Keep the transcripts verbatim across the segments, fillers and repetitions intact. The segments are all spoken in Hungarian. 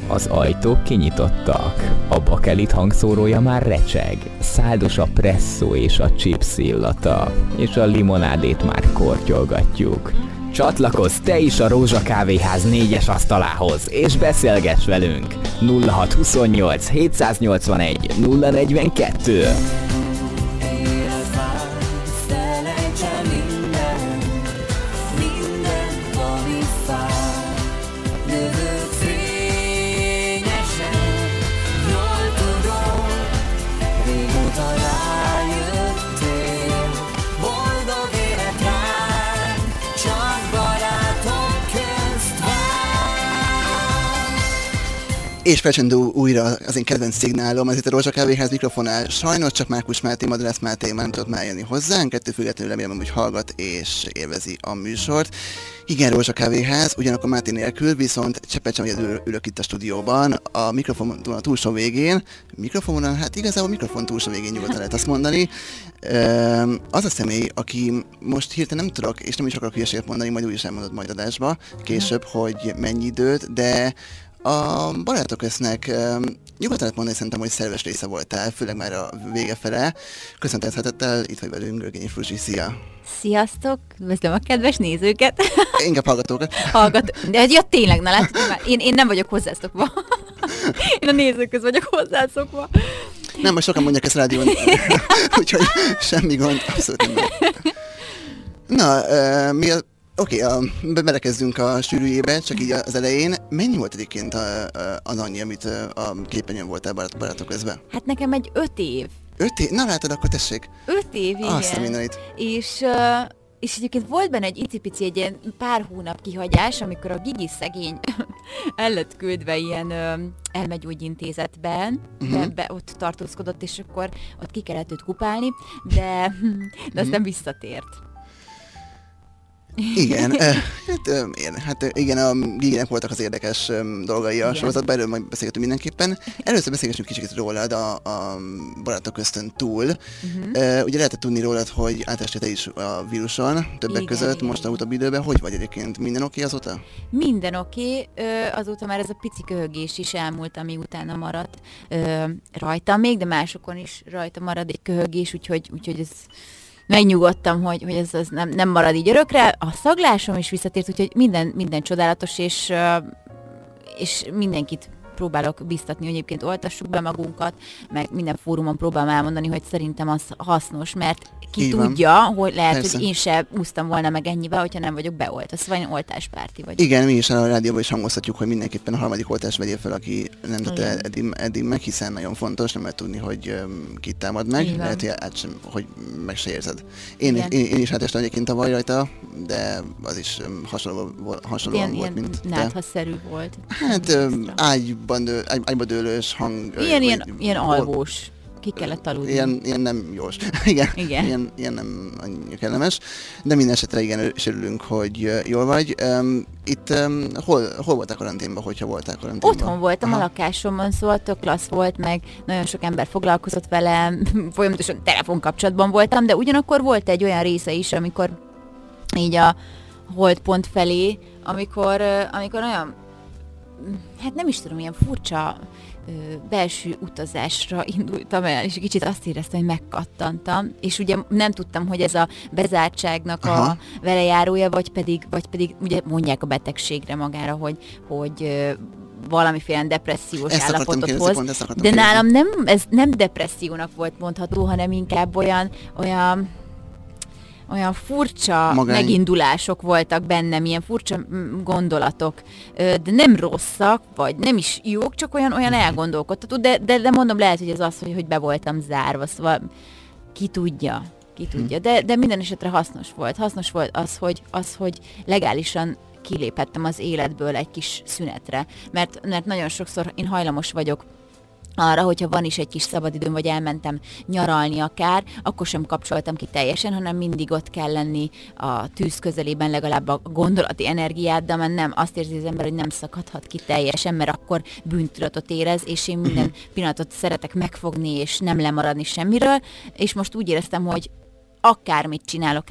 Az ajtók kinyitottak, a bakelit hangszórója már recseg, száldos a presszó és a chips illata, és a limonádét már kortyolgatjuk. Csatlakozz te is a Rózsa Kávéház négyes asztalához, és beszélgess velünk! nulla hat huszonnyolc hétszáznyolcvanegy nulla negyvenkettő. És felcsendül újra az én kedvenc szignálom, ez itt a Rózsa Kávéház mikrofonál. Sajnos csak Márkus Máté, Madarász Máté már nem tudott már jönni hozzánk, kettő függetlenül remélem, hogy hallgat és élvezi a műsort. Igen, Rózsa Kávéház, ugyanakkor Máté nélkül, viszont cseppet sem ül, ülök itt a stúdióban, a mikrofon a túlsó végén, mikrofonon, hát igazából a mikrofon túlsó végén nyugodtan lehet azt mondani. Az a személy, aki most hirtelen nem tudok, és nem is akarok hülyeséget mondani, majd úgyis elmondod majd adásba később, hogy mennyi időt, de a Barátok Köznek um, nyugodtan lehet mondani szerintem, hogy szerves része voltál, főleg már a vége fele. Köszöntethettel, itt vagy velünk, Görgényi Fruzsi, szia! Sziasztok! Üdvözlöm a kedves nézőket! Inkább hallgatókat. Hallgat... De ja, tényleg, na látod, én, én nem vagyok hozzászokva. Én a nézőköz vagyok hozzászokva. Nem, most sokan mondják ezt rádión, úgyhogy semmi gond, abszolút nem. Na, uh, mi a... Oké, okay, belekezdünk a sűrűjébe, csak így az elején. Mennyi volt egyébként a, a, az annyi, amit a képernyőn voltál barát, Barátok Közben? Hát nekem egy öt év. Öt év? Na látod, akkor tessék. Öt év, igen. Azt a mindenit. És, uh, és egyébként volt benne egy icipici, egy ilyen pár hónap kihagyás, amikor a Gigi szegény el lett küldve ilyen uh, elmegyógyintézetben, uh-huh. be, be, ott tartózkodott, és akkor ott ki kellett őt kupálni, de, de aztán uh-huh. visszatért. Igen, hát, hát igen, a Giginek voltak az érdekes dolgai a sorozatban, erről majd beszélgetünk mindenképpen. Először beszélgessünk kicsit rólad a, a Barátok Köztön túl. Uh-huh. Ugye lehetett tudni rólad, hogy átestél te is a víruson, többek igen, között, igen. Most a utóbbi időben. Hogy vagy egyébként? Minden oké okay azóta? Minden oké, okay. Azóta már ez a pici köhögés is elmúlt, ami utána maradt rajtam még, de másokon is rajta marad egy köhögés, úgyhogy, úgyhogy ez... Megnyugodtam, hogy, hogy ez, ez nem, nem marad így örökre. A szaglásom is visszatért, úgyhogy minden, minden csodálatos, és, és mindenkit próbálok biztatni, hogy egyébként oltassuk be magunkat, meg minden fórumon próbálom elmondani, hogy szerintem az hasznos, mert ki így tudja, van. Hogy lehet, persze. Hogy én se úsztam volna meg ennyibe, hogyha nem vagyok beoltva. Szóval én oltáspárti vagyok. Igen, mi is a rádióban is hangoztatjuk, hogy mindenképpen a harmadik oltást vegyél fel, aki nem tette eddig, eddig meg, hiszen nagyon fontos, nem lehet tudni, hogy um, kit támad meg, így lehet, hogy, át sem, hogy meg se érzed. Én, én, én is átestem egyébként tavaly rajta, de az is um, hasonló, hasonló ilyen, volt, mint te. Náthaszerű volt. Hát um, ágyban dő, ágy, ágyba dőlős hang. Ilyen, ilyen, ilyen alvós. Ki kellett aludni. Ilyen, ilyen nem jós. igen, igen. Ilyen, ilyen nem annyira kellemes. De minden esetre igen, és örülünk, hogy jól vagy. Um, itt um, hol, hol voltál karanténban, hogyha voltál karanténban? Otthon voltam, aha. A lakásomban, szóval tök klassz volt, meg nagyon sok ember foglalkozott velem, folyamatosan telefonkapcsolatban voltam, de ugyanakkor volt egy olyan része is, amikor így a holdpont felé, amikor, amikor olyan, hát nem is tudom, ilyen furcsa belső utazásra indultam el, és kicsit azt éreztem, hogy megkattantam, és ugye nem tudtam, hogy ez a bezártságnak aha. a velejárója, vagy pedig, vagy pedig ugye mondják a betegségre magára, hogy, hogy valamiféle depressziós ezt állapotot hoz, pont, de nálam nem, ez nem depressziónak volt mondható, hanem inkább olyan, olyan olyan furcsa magány. Megindulások voltak bennem, ilyen furcsa gondolatok, de nem rosszak, vagy nem is jók, csak olyan, olyan elgondolkodtató, de, de, de mondom, lehet, hogy ez az, hogy, hogy be voltam zárva, szóval ki tudja, ki tudja, de, de minden esetre hasznos volt. Hasznos volt az, hogy, az, hogy legálisan kiléphettem az életből egy kis szünetre, mert, mert nagyon sokszor én hajlamos vagyok arra, hogyha van is egy kis szabadidőm, vagy elmentem nyaralni akár, akkor sem kapcsoltam ki teljesen, hanem mindig ott kell lenni a tűz közelében, legalább a gondolati energiáddal, mert nem azt érzi az ember, hogy nem szakadhat ki teljesen, mert akkor bűntudatot érez, és én minden pillanatot szeretek megfogni, és nem lemaradni semmiről, és most úgy éreztem, hogy akármit csinálok, ezt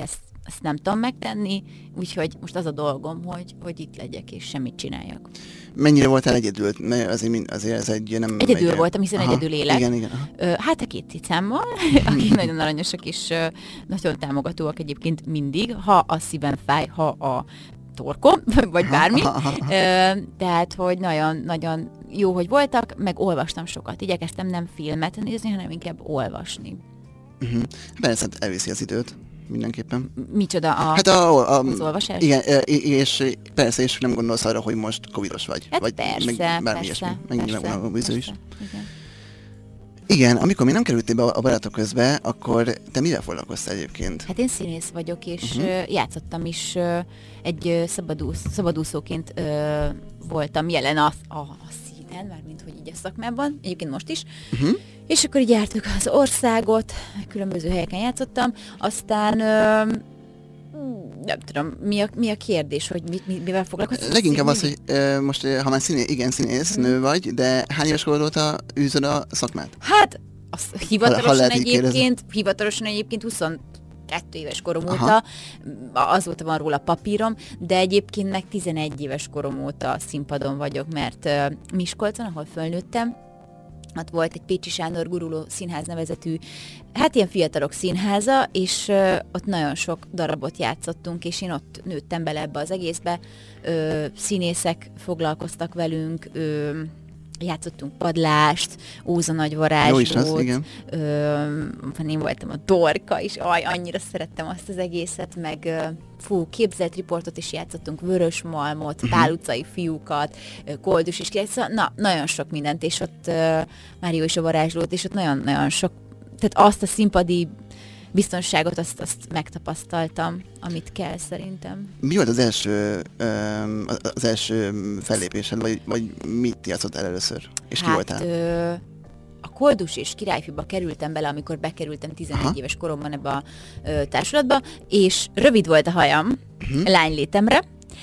ezt nem tudom megtenni, úgyhogy most az a dolgom, hogy, hogy itt legyek és semmit csináljak. Mennyire voltál egyedül? Mert azért, azért ez egy nem... Egyedül egy... voltam, hiszen aha, egyedül élek. Igen, igen. Aha. Hát a két cicámmal, akik nagyon aranyosak és nagyon támogatóak egyébként mindig, ha a szívem fáj, ha a torkom, vagy bármi. Tehát, hogy nagyon-nagyon jó, hogy voltak, meg olvastam sokat. Igyekeztem nem filmet nézni, hanem inkább olvasni. Uh-huh. Persze, elviszi az időt. Mindenképpen. Micsoda a, hát a, a, az olvasás? Igen, és persze, és nem gondolsz arra, hogy most covidos vagy. Hát vagy persze, meg bármi persze, ilyesmi. persze, Megint megvan a víző is. Igen. Igen, amikor még nem kerültél be a barátok közbe, akkor te mivel foglalkoztál egyébként? Hát én színész vagyok, és uh-huh. játszottam is egy szabadúsz, szabadúszóként ö, voltam jelen a, a, a színen, mármint hogy így a szakmában, egyébként most is. Uh-huh. És akkor így jártuk az országot, különböző helyeken játszottam, aztán ö, nem tudom, mi a, mi a kérdés, hogy mit, mit, mivel foglalkozol? Leginkább az, hogy uh, most, uh, ha már színé, igen, színész, hmm. nő vagy, de hány éves korod óta űzöd a szakmát? Hát, az hivatalosan, ha, ha egyébként, hivatalosan egyébként huszonkettő éves korom óta, azóta van róla papírom, de egyébként meg tizenegy éves korom óta színpadon vagyok, mert uh, Miskolcon, ahol fölnőttem, ott volt egy Pécsi Sándor Guruló Színház nevezetű, hát ilyen fiatalok színháza, és ö, ott nagyon sok darabot játszottunk, és én ott nőttem bele ebbe az egészbe. Ö, színészek foglalkoztak velünk, ö, játszottunk padlást, Óza nagy varázslót, én voltam a Dorka is, aj, annyira szerettem azt az egészet, meg ö, fú, képzelt-riportot is játszottunk, Vörös Malmot, uh-huh. Pál utcai fiúkat, Koldus is, szóval, na, nagyon sok mindent, és ott uh, Mário és a varázslót, és ott nagyon-nagyon sok, tehát azt a színpadi biztonságot, azt, azt megtapasztaltam, amit kell szerintem. Mi volt az első, az első fellépésed, vagy, vagy mit játszottál először? És hát, ki voltál? Ö, a Koldus és Királyfiba kerültem bele, amikor bekerültem tizenegy Aha. éves koromban ebbe a ö, társulatba, és rövid volt a hajam uh-huh. lánylétemre,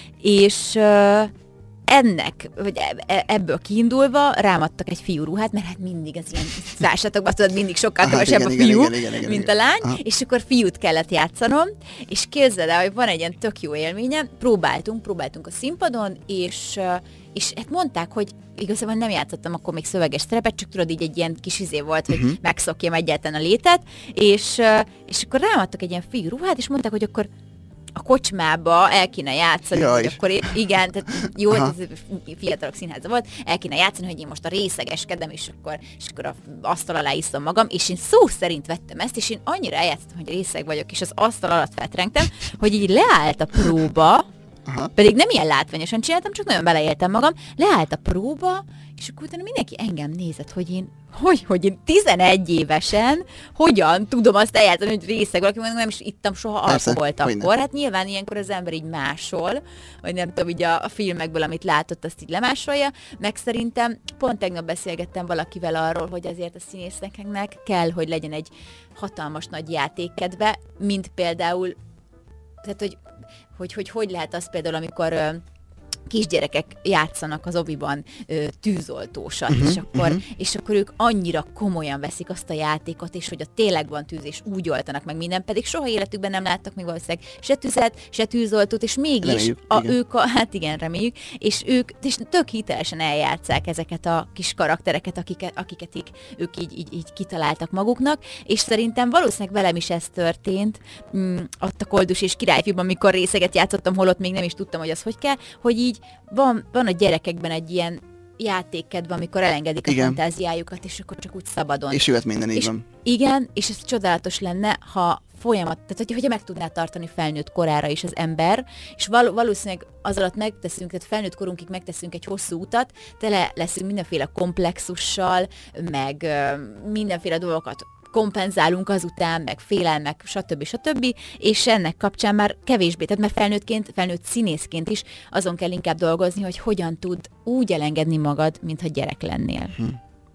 és ö, ennek, vagy ebből kiindulva rám adtak egy fiú ruhát, mert hát mindig az ilyen társadalmakban tudod, mindig sokkal kevesebb a fiú, igen, igen, igen, mint a lány, Aha. és akkor fiút kellett játszanom, és képzeld el, hogy van egy ilyen tök jó élményem, próbáltunk, próbáltunk a színpadon, és, és hát mondták, hogy igazából nem játszottam akkor még szöveges szerepet, csak tudod, így egy ilyen kis izé volt, hogy uh-huh. megszokjam egyáltalán a létet, és, és akkor rám adtak egy ilyen fiú ruhát, és mondták, hogy akkor a kocsmába el kéne játszani, ja, hogy akkor én, igen, tehát jó, ez fiatalok színháza volt, el kéne játszani, hogy én most a részegeskedem, és akkor, és akkor a asztal alá iszom magam, és én szó szerint vettem ezt, és én annyira eljátszottam, hogy részeg vagyok, és az asztal alatt fetrengtem, hogy így leállt a próba, Aha. pedig nem ilyen látványosan csináltam, csak nagyon beleéltem magam, leállt a próba, és akkor utána mindenki engem nézett, hogy én, hogy, hogy én tizenegy évesen hogyan tudom azt eljátszani, hogy részeg valaki, mondom, nem is ittam soha alkoholt akkor. Hát nyilván ilyenkor az ember így másol, vagy nem tudom, így a, a filmekből, amit látott, azt így lemásolja, meg szerintem pont tegnap beszélgettem valakivel arról, hogy azért a színészeknek kell, hogy legyen egy hatalmas nagy játékkedve, mint például, tehát hogy hogy, hogy hogy lehet az például, amikor ö, kisgyerekek játszanak az oviban ö, tűzoltósat, uh-huh, és, akkor, uh-huh. és akkor ők annyira komolyan veszik azt a játékot, és hogy a tényleg van tűz, és úgy oltanak meg minden, pedig soha életükben nem láttak még valószínűleg se tüzet, se tűzoltót, és mégis reméljük, a, igen. ők, a, hát igen, reméljük, és ők és tök hitelesen eljátszák ezeket a kis karaktereket, akiket, akiket így, ők így, így, így kitaláltak maguknak, és szerintem valószínűleg velem is ez történt, mm, ott a Koldus és Királyfiban, amikor részeget játszottam, holott még nem is tudtam, hogy az hogy kell, hogy így van, van a gyerekekben egy ilyen játékkedve, amikor elengedik igen. a fantáziájukat, és akkor csak úgy szabadon. És jöhet minden, így van. Igen, és ez csodálatos lenne, ha folyamat, tehát hogy, hogyha meg tudná tartani felnőtt korára is az ember, és val- valószínűleg az alatt megteszünk, tehát felnőtt korunkig megteszünk egy hosszú utat, tele leszünk mindenféle komplexussal, meg uh, mindenféle dolgokat kompenzálunk azután, meg félelmek, stb. stb. És ennek kapcsán már kevésbé, tehát mert felnőttként, felnőtt színészként is azon kell inkább dolgozni, hogy hogyan tud úgy elengedni magad, mintha gyerek lennél. Hm.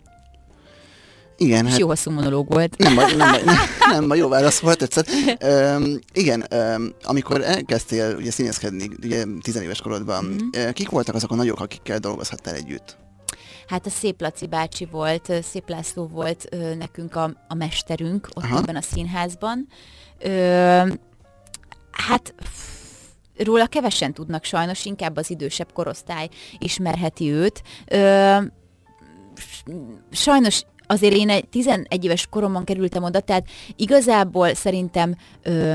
Igen, és hát... jó hosszú monológ volt. Nem baj, nem baj, nem, nem baj, jó válasz volt, tetszett. Üm, igen, üm, amikor elkezdtél ugye színészkedni, ugye tizenéves korodban, mm-hmm. kik voltak azok a nagyok, akikkel dolgozhattál együtt? Hát a Szép Laci bácsi volt, Szép László volt ö, nekünk a, a mesterünk ott Aha. ebben a színházban. Ö, hát róla kevesen tudnak sajnos, inkább az idősebb korosztály ismerheti őt. Ö, sajnos azért én egy tizenegy éves koromban kerültem oda, tehát igazából szerintem ö,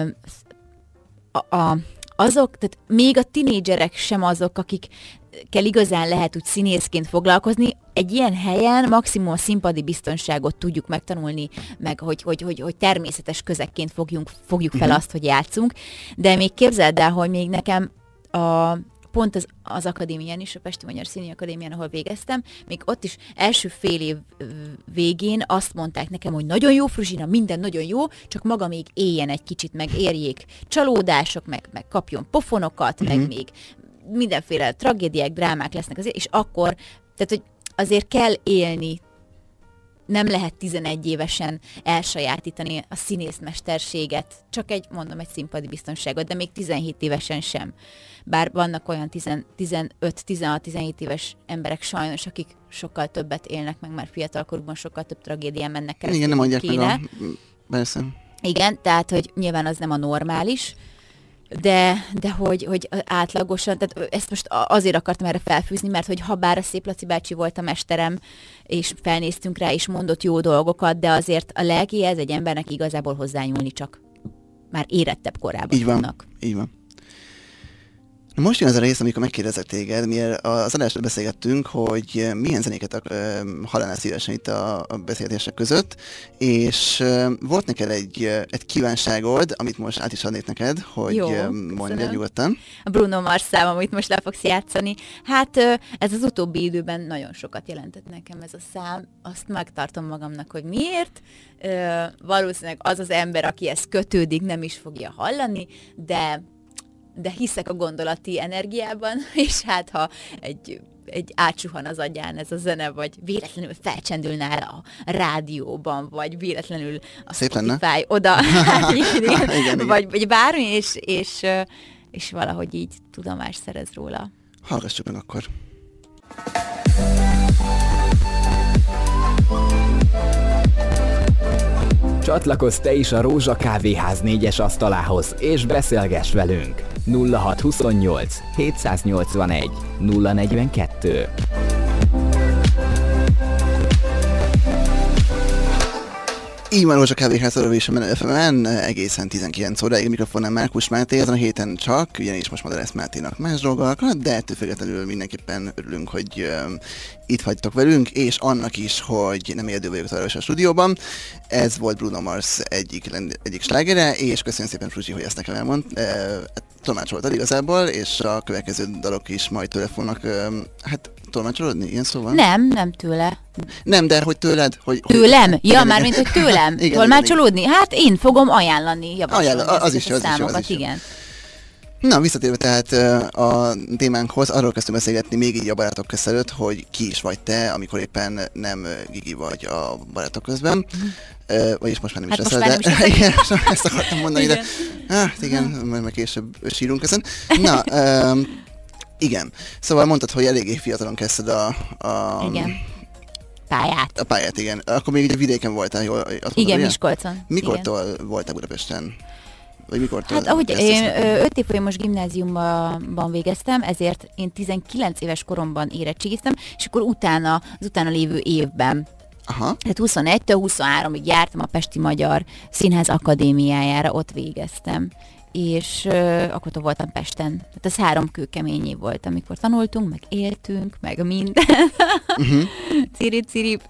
a, a, azok, tehát még a tinédzserek sem azok, akikkel igazán lehet úgy színészként foglalkozni. Egy ilyen helyen maximum a színpadi biztonságot tudjuk megtanulni, meg hogy, hogy, hogy, hogy természetes közekként fogjunk, fogjuk fel uh-huh. azt, hogy játszunk. De még képzeld el, hogy még nekem a, pont az, az akadémián is, a Pesti Magyar Színi Akadémián, ahol végeztem, még ott is első fél év végén azt mondták nekem, hogy nagyon jó, Fruzsina, minden nagyon jó, csak maga még éljen egy kicsit, meg érjék csalódások, meg, meg kapjon pofonokat, uh-huh. meg még mindenféle tragédiák, drámák lesznek azért, és akkor, tehát, hogy azért kell élni, nem lehet tizenegy évesen elsajátítani a színészmesterséget, csak egy, mondom, egy színpadi biztonságot, de még tizenhét évesen sem. Bár vannak olyan tizenöt tizenhat tizenhét éves emberek sajnos, akik sokkal többet élnek meg, már fiatalkorukban sokkal több tragédián mennek keresztül. Igen, nem mondják meg a... Persze. Igen, tehát, hogy nyilván az nem a normális, de, de hogy, hogy átlagosan, tehát ezt most azért akartam erre felfűzni, mert hogy ha bár a Szép Laci bácsi volt a mesterem, és felnéztünk rá, és mondott jó dolgokat, de azért a lelkéhez egy embernek igazából hozzányúlni csak már érettebb korában így van, tudnak. Így van. Most jön az a rész, amikor megkérdezek téged, miért az adásról beszélgettünk, hogy milyen zenéket hallanál szívesen itt a beszélgetések között, és volt neked egy, egy kívánságod, amit most át is adnék neked, hogy mondja nyugodtan. A Bruno Mars szám, amit most le fogsz játszani. Hát ez az utóbbi időben nagyon sokat jelentett nekem ez a szám. Azt megtartom magamnak, hogy miért. Valószínűleg az az ember, aki ezt kötődik, nem is fogja hallani, de de hiszek a gondolati energiában, és hát ha egy, egy átsuhan az agyán ez a zene, vagy véletlenül felcsendül nála a rádióban, vagy véletlenül a Szép Spotify oda, hát, igen, igen, igen, vagy, vagy bármi, és, és, és valahogy így tudomást szerez róla. Hallgassuk meg akkor. Csatlakozz te is a Rózsa Kávéház négyes asztalához, és beszélgess velünk! nulla hat huszonnyolc hétszáznyolcvanegy nulla negyvenkettő. Így van, Rózsa Kávéház és a Menő ef emen egészen tizenkilenc óráig, a mikrofonnál Márkus Máté, ezen a héten csak, ugyanis most Madarász Máténak más dolga akadt, de ettől függetlenül mindenképpen örülünk, hogy uh, itt vagytok velünk, és annak is, hogy nem érdő vagyok továbbra a stúdióban. Ez volt Bruno Mars egyik, egyik slágere, és köszönöm szépen, Fruzsi, hogy ezt nekem elmond. Uh, tolmácsoltad igazából, és a következő dalok is majd tőle fognak, uh, hát tolmácsolódni, ilyen szóval? Nem, nem tőle. Nem, de hogy tőled? Hogy, tőlem? Hogy, ja, mármint, hogy tőlem. Igen, tolmácsolódni? Igen, igen. Hát én fogom ajánlani, javasolni Ajánl- az is, a az számokat, is, az igen. Na, visszatérve tehát a témánkhoz, arról kezdtünk beszélgetni még így a barátok között, hogy ki is vagy te, amikor éppen nem Gigi vagy a barátok közben. Mm. Uh, vagyis most már nem hát is leszel, de nem igen, ezt akartam mondani, igen. de hát igen, majd meg később sírunk ezen. Na, um, igen. Szóval mondtad, hogy eléggé fiatalon kezdted a... a igen. Pályát. A pályát, igen. Akkor még ugye vidéken voltál, jól? Azt igen, mondod, Miskolcon. Mikortól igen. voltál Budapesten? Vagy mikortól? Hát ahogy én öt évfolyamos gimnáziumban végeztem, ezért én tizenkilenc éves koromban érettségiztem, és akkor utána, az utána lévő évben, aha. Tehát huszonegytől huszonháromig jártam a Pesti Magyar Színház Akadémiájára, ott végeztem. És uh, akkor voltam Pesten. Tehát ez három kőkemény év volt, amikor tanultunk, meg éltünk, meg minden. Uh-huh. Cirip, cirip.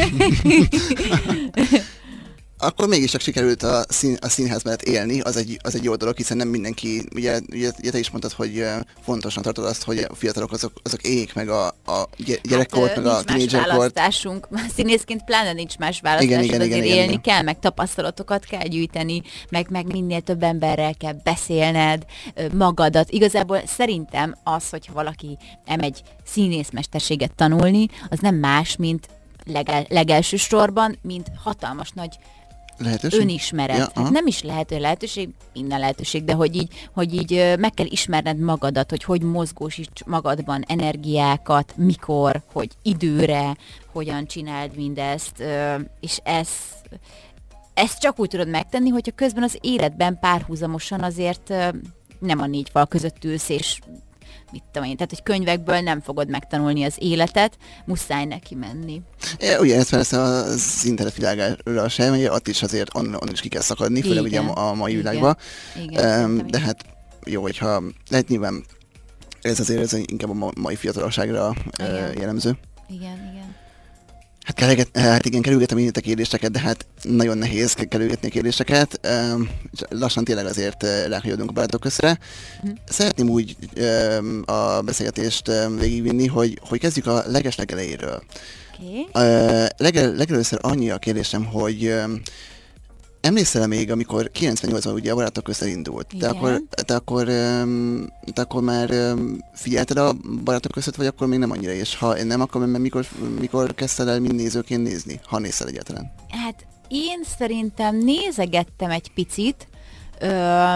Akkor mégis csak sikerült a, szín, a színház mellett élni, az egy, az egy jó dolog, hiszen nem mindenki, ugye, ugye, ugye te is mondtad, hogy fontosnak tartod azt, hogy a fiatalok azok, azok éljék meg a, a gyerekkort, hát, meg a tínédzserkort. Nincs más választásunk, színészként pláne nincs más választásunk, igen, igen, azért igen, élni igen. kell, meg tapasztalatokat kell gyűjteni, meg, meg minél több emberrel kell beszélned, magadat. Igazából szerintem az, hogyha valaki elmegy színészmesterséget tanulni, az nem más, mint legel, legelső sorban, mint hatalmas nagy lehetőség? Önismeret. Ja, hát nem is lehető lehetőség, minden lehetőség, de hogy így, hogy így meg kell ismerned magadat, hogy hogy mozgósíts magadban energiákat, mikor, hogy időre, hogyan csináld mindezt, és ez, ezt csak úgy tudod megtenni, hogyha közben az életben párhuzamosan azért ö, nem a négy fal között ülsz, és mit tudom én, tehát hogy könyvekből nem fogod megtanulni az életet, muszáj neki menni. É, ugye ez persze az internet világára sem, ugye ott is azért onnan, onnan is ki kell szakadni, főleg ugye a, a mai világban. Um, de hát jó, hogyha lehet nyilván ez azért ez inkább a mai fiatalosságra uh, jellemző. Igen, igen. Hát, kerülget, hát igen, kerülgetem én itt a kérdéseket, de hát nagyon nehéz kerülgetni a kérdéseket. Um, lassan tényleg azért ráhagyodunk a barátok közre. Hm. Szeretném úgy um, a beszélgetést um, végigvinni, hogy, hogy kezdjük a legeslegelejéről. Okay. Uh, legel, legelőször annyi a kérdésem, hogy um, emlékszel még, amikor kilencvennyolcban ugye a barátok között indult? Te akkor, te, akkor, um, te akkor már um, figyelted a barátok között, vagy akkor még nem annyira? És ha nem, akkor mikor, mikor kezdted el mind nézőként nézni? Ha nézted egyáltalán? Hát én szerintem nézegettem egy picit. Ö,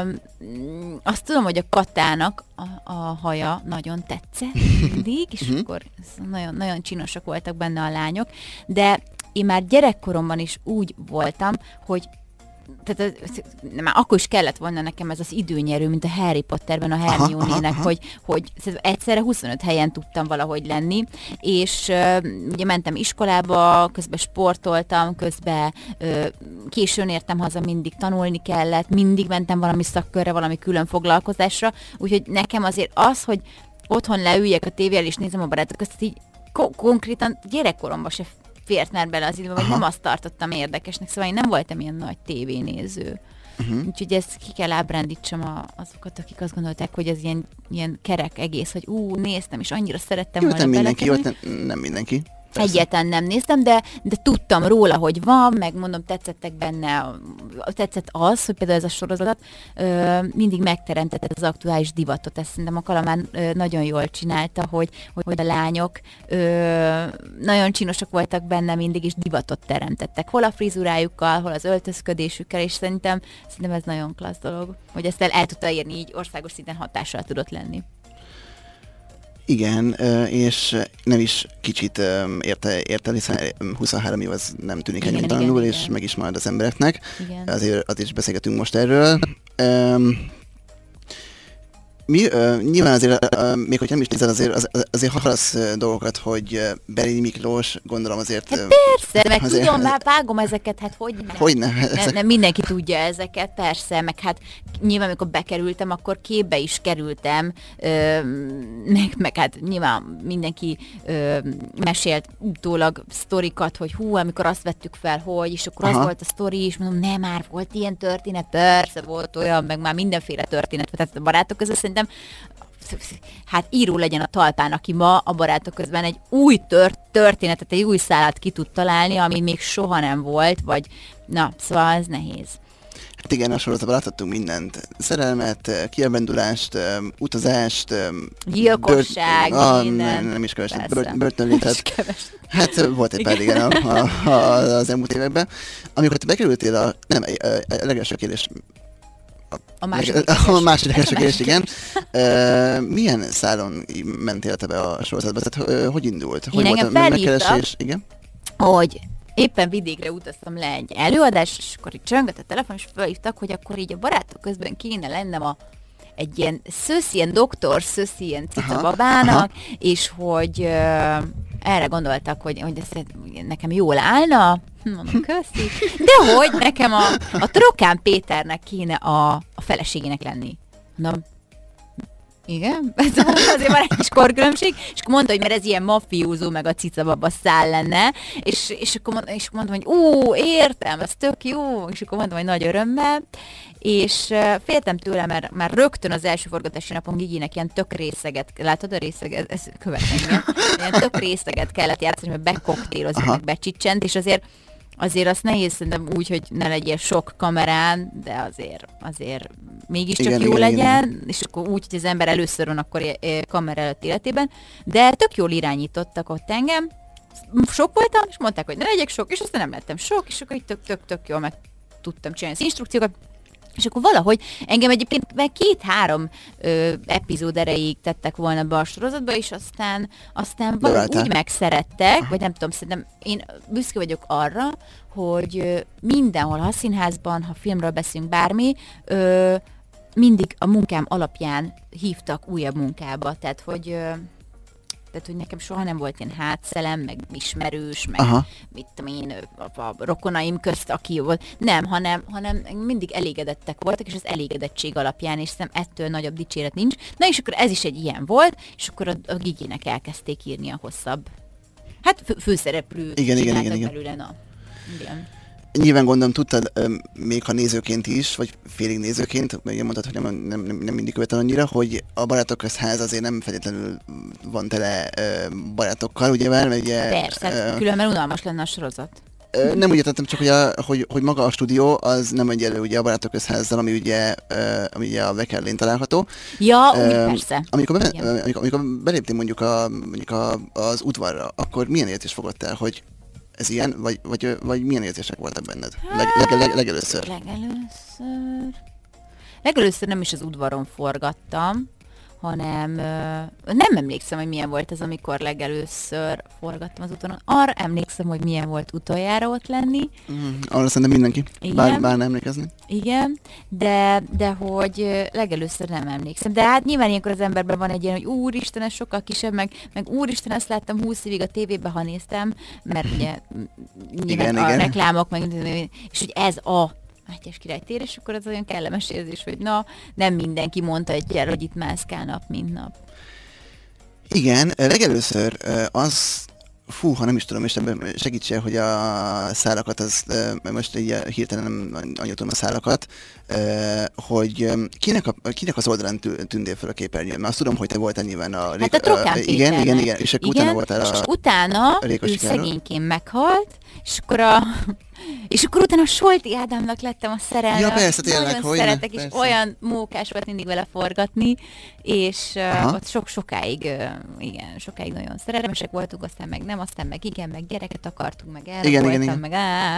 azt tudom, hogy a Katának a, a haja nagyon tetszett mindig, és akkor nagyon, nagyon csinosak voltak benne a lányok, de én már gyerekkoromban is úgy voltam, hogy tehát már akkor is kellett volna nekem ez az időnyerő, mint a Harry Potterben a Hermione-nek, hogy, hogy egyszerre huszonöt helyen tudtam valahogy lenni, és uh, ugye mentem iskolába, közben sportoltam, közben uh, későn értem haza, mindig tanulni kellett, mindig mentem valami szakkörre, valami külön foglalkozásra, úgyhogy nekem azért az, hogy otthon leüljek a tévével és nézem a barátok között, így ko- konkrétan gyerekkoromban se fért már bele az időbe, vagy nem azt tartottam érdekesnek, szóval én nem voltam ilyen nagy tévénéző. Uh-huh. Úgyhogy ezt ki kell ábrándítsam a, azokat, akik azt gondolták, hogy ez ilyen, ilyen kerek egész, hogy ú, néztem, és annyira szerettem jó, volna nem mindenki, jó, nem, nem mindenki. Persze. Egyáltalán nem néztem, de, de tudtam róla, hogy van, meg mondom, tetszettek benne, tetszett az, hogy például ez a sorozat ö, mindig megteremtette az aktuális divatot. Ezt szerintem a Kalamán ö, nagyon jól csinálta, hogy, hogy a lányok ö, nagyon csinosak voltak benne mindig, és divatot teremtettek. Hol a frizurájukkal, hol az öltözködésükkel, és szerintem, szerintem ez nagyon klassz dolog, hogy ezt el, el tudta érni, így országos szinten hatással tudott lenni. Igen, és nem is kicsit érte, érte hiszen huszonhárom év az nem tűnik ennyi tanulul, és igen. Meg is marad az embereknek. Igen. Azért, azért is beszélgetünk most erről. Um, mi, uh, nyilván azért, uh, még hogy nem is nézed, azért, az, azért hallasz dolgokat, hogy Berényi Miklós, gondolom azért... Hát persze, meg azért, tudom, már vágom ezeket, hát hogy nem. Hogy nem? Ne, nem mindenki tudja ezeket, persze, meg hát nyilván, amikor bekerültem, akkor képbe is kerültem, ö, meg, meg hát nyilván mindenki ö, mesélt utólag sztorikat, hogy hú, amikor azt vettük fel, hogy, és akkor aha. Az volt a sztori, és mondom, nem, már volt ilyen történet, persze volt olyan, meg már mindenféle történet, tehát a barátok között szerintem hát író legyen a talpán, aki ma a barátok közben egy új tört, történetet, egy új szállat ki tud találni, ami még soha nem volt, vagy na, szóval ez nehéz. Hát igen, a sorozatban láthattunk mindent. Szerelmet, kiábrandulást, utazást, gyilkosság, bört, ah, minden. Nem, nem is keveset, bört, börtönlétet. Hát volt egy pár igen a, a, a, az elmúlt években. Amikor te bekerültél a, nem, a legelső kérdés, A második a második kérdés, igen. Uh, milyen szálon mentél te be a sorozatba? Tehát uh, hogy indult? Hogy volt a megkeresés? Igen? Hogy éppen vidékre utaztam le egy előadás, és akkor így csöngött a telefon, és felhívtak, hogy akkor így a barátok közben kéne lennem a egy ilyen szösz, ilyen doktor szösz, ilyen cica babának, és hogy uh, erre gondoltak, hogy, hogy ez nekem jól állna, mondom, köszi, de hogy nekem a, a Trokán Péternek kéne a, a feleségének lenni. Mondom, igen, azért van egy kis korkülönbség, és akkor mondta, hogy mert ez ilyen mafiózó, meg a cicababa szál lenne, és, és, akkor mondom, és akkor mondom, hogy ú, értem, ez tök jó, és akkor mondom, hogy nagy örömmel, és uh, féltem tőle, mert már rögtön az első forgatási napon Giginek ilyen tök részeget, látod a részeget, ez következik, ilyen tök részeget kellett játszani, mert bekoktélozott, meg becsicsent, és azért Azért azt nehéz szerintem úgy, hogy ne legyél sok kamerán, de azért, azért mégiscsak igen, jó igen, legyen, igen. És akkor úgy, hogy az ember először van akkor kamera előtt életében, de tök jól irányítottak ott engem, sok voltam, és mondták, hogy ne legyek sok, és aztán nem lettem sok, és akkor így tök-tök-tök jól meg tudtam csinálni az instrukciókat, És akkor valahogy engem egyébként meg két-három ö, epizód erejéig tettek volna be a sorozatba, és aztán, aztán valahogy úgy megszerettek, vagy nem tudom, szerintem én büszke vagyok arra, hogy ö, mindenhol, ha színházban, ha filmről beszélünk bármi, ö, mindig a munkám alapján hívtak újabb munkába, tehát hogy... Ö, tehát, hogy nekem soha nem volt ilyen hátszelem, meg ismerős, meg Aha. mit tudom én, a, a rokonaim közt, aki volt. Nem, hanem, hanem mindig elégedettek voltak, és az elégedettség alapján, és szerintem ettől nagyobb dicséret nincs. Na és akkor ez is egy ilyen volt, és akkor a, a Giginek elkezdték írni a hosszabb. Hát fő, főszereplő igen, igen, igen, igen. belőle, na. Igen. Nyilván gondolom tudtad, még ha nézőként is, vagy félig nézőként, meg mondtad, hogy nem, nem, nem, nem mindig követem annyira, hogy a Barátok Közház azért nem feltétlenül van tele barátokkal, ugye már, mert ugye... Persze, uh, különben unalmas lenne a sorozat. Uh, nem úgy értettem, csak hogy, a, hogy, hogy maga a stúdió az nem egyenlő ugye a Barátok Közházzal, ami ugye, uh, ami ugye a Vekerlén található. Ja, uh, úgy persze. Amikor, be, amikor, amikor beléptél mondjuk, a, mondjuk a, az udvarra, akkor milyen érzés fogott el, hogy ez ilyen, vagy, vagy, vagy milyen érzések voltak benned? Leg, leg, leg, legelőször. Legelőször... Legelőször nem is az udvaron forgattam, hanem uh, nem emlékszem, hogy milyen volt ez, amikor legelőször forgattam az udvaron. Arra emlékszem, hogy milyen volt utoljára ott lenni. Mm, arra szerintem mindenki, bár, bár nem emlékezni. Igen, de, de hogy legelőször nem emlékszem. De hát nyilván ilyenkor az emberben van egy ilyen, hogy úristen, ez sokkal kisebb, meg, meg úristen, ezt láttam húsz évig a tévében, ha néztem, mert ugye nyilván igen, a igen. reklámok, meg, és hogy ez a Mátyás király tér, és akkor az olyan kellemes érzés, hogy na, nem mindenki mondta egyel, hogy itt mászkál nap, mint nap. Igen, legelőször az, fú, ha nem is tudom, és ebben segítsél, hogy a szálakat, az, most így hirtelen nem annyit tudom a szálakat, hogy kinek, a, kinek az oldalán tűndél fel a képernyőn? Mert azt tudom, hogy te voltál nyilván a... Hát a Trokán igen, igen, igen, és akkor igen, utána voltál a... és utána ő szegényként meghalt, és akkor a... És akkor utána a Solti Ádámnak lettem a szerelme. Ja, persze, tényleg, nagyon hogy szeretek, ne, és olyan mókás volt mindig vele forgatni, és uh, ott sok sokáig, uh, igen, sokáig nagyon szerelmesek voltunk, aztán meg nem, aztán meg igen, meg gyereket akartunk, meg el igen, voltam, igen, meg á.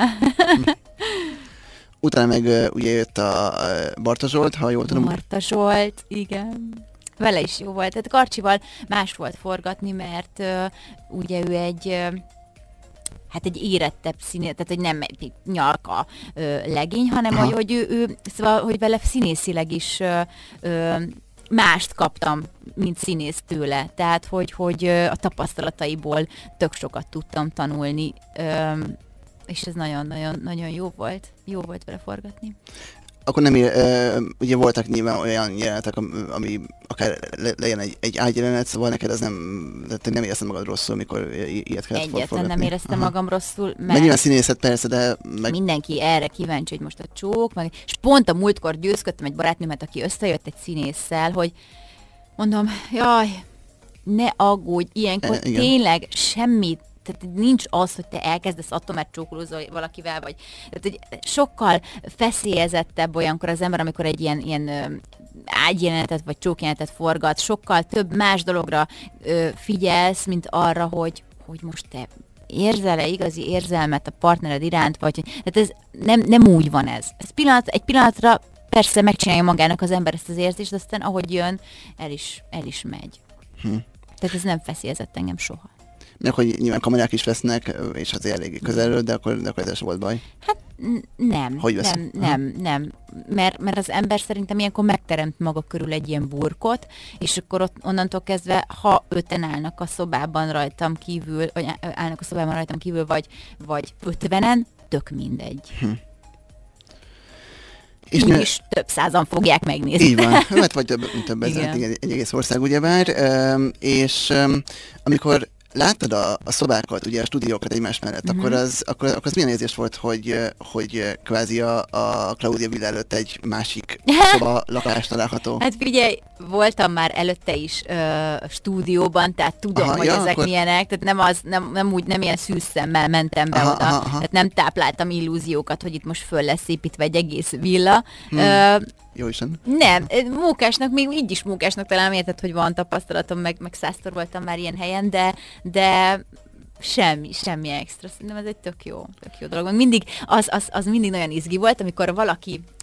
Utána meg uh, ugye jött a uh, Barta Zsolt, ha jól tudom. Barta Zsolt, igen. Vele is jó volt. Tehát Karcsival más volt forgatni, mert uh, ugye ő egy... Uh, hát egy érettebb színész, tehát hogy nem egy nyalka ö, legény, hanem hogy, hogy ő, ő, szóval, hogy vele színészileg is ö, ö, mást kaptam, mint színész tőle. Tehát, hogy, hogy ö, a tapasztalataiból tök sokat tudtam tanulni, ö, és ez nagyon-nagyon nagyon jó volt. Jó volt vele forgatni. Akkor nem ér, uh, ugye voltak nyilván olyan jelenetek, ami akár le, legyen egy, egy ágyjelenet, szóval neked ez nem, te nem érezted magad rosszul, amikor ilyet kellett forgatni. Egyetlen nem éreztem Aha. magam rosszul, mert... Meg nyilván színészet persze, de... Meg... Mindenki erre kíváncsi, hogy most a csók, meg... és pont a múltkor győzködtem egy barátnőmet, aki összejött egy színésszel, hogy mondom, jaj, ne aggódj, ilyenkor e, tényleg semmit, tehát nincs az, hogy te elkezdesz attól, mert csókolózol valakivel, vagy tehát, hogy sokkal feszélyezettebb olyankor az ember, amikor egy ilyen, ilyen ágyjelenetet vagy csókjelenetet forgat, sokkal több más dologra ö, figyelsz, mint arra, hogy, hogy most te érzel-e igazi érzelmet a partnered iránt, vagy tehát ez nem, nem úgy van ez. ez pillanat, egy pillanatra persze megcsinálja magának az ember ezt az érzést, aztán ahogy jön, el is, el is megy. Hm. Tehát ez nem feszélyezett engem soha. Meg hogy nyilván kamerák is vesznek, és azért eléggé közelről, de akkor, de akkor ez volt baj. Hát nem, hogy nem, nem, nem, mert, mert az ember szerintem ilyenkor megteremt maga körül egy ilyen burkot, és akkor ott onnantól kezdve, ha öten állnak a szobában rajtam kívül, vagy állnak a szobában rajtam kívül, vagy, vagy ötvenen, tök mindegy. Hm. És úgyis ne... több százan fogják megnézni. Így van, hát vagy több, több ezer, egy, egy egész ország ugyebár, és amikor láttad a, a szobákat, ugye a stúdiókat egymás mellett, mm-hmm. akkor, az, akkor, akkor az milyen érzés volt, hogy, hogy kvázi a, a Claudia Villa előtt egy másik szoba lakás található? Hát figyelj, voltam már előtte is ö, stúdióban, tehát tudom, aha, hogy ja, ezek akkor... milyenek, tehát nem, az, nem, nem úgy, nem ilyen szűz szemmel mentem be aha, oda, aha, aha. tehát nem tápláltam illúziókat, hogy itt most föl lesz építve egy egész villa. Hmm. Ö, Jó isten. Nem, mókásnak, még így is mókásnak talán érted, hogy van tapasztalatom, meg, meg százszor voltam már ilyen helyen, de, de semmi, semmi extra. Szerintem ez egy tök jó, tök jó dolog. Mindig, az, az, az mindig nagyon izgi volt, amikor valaki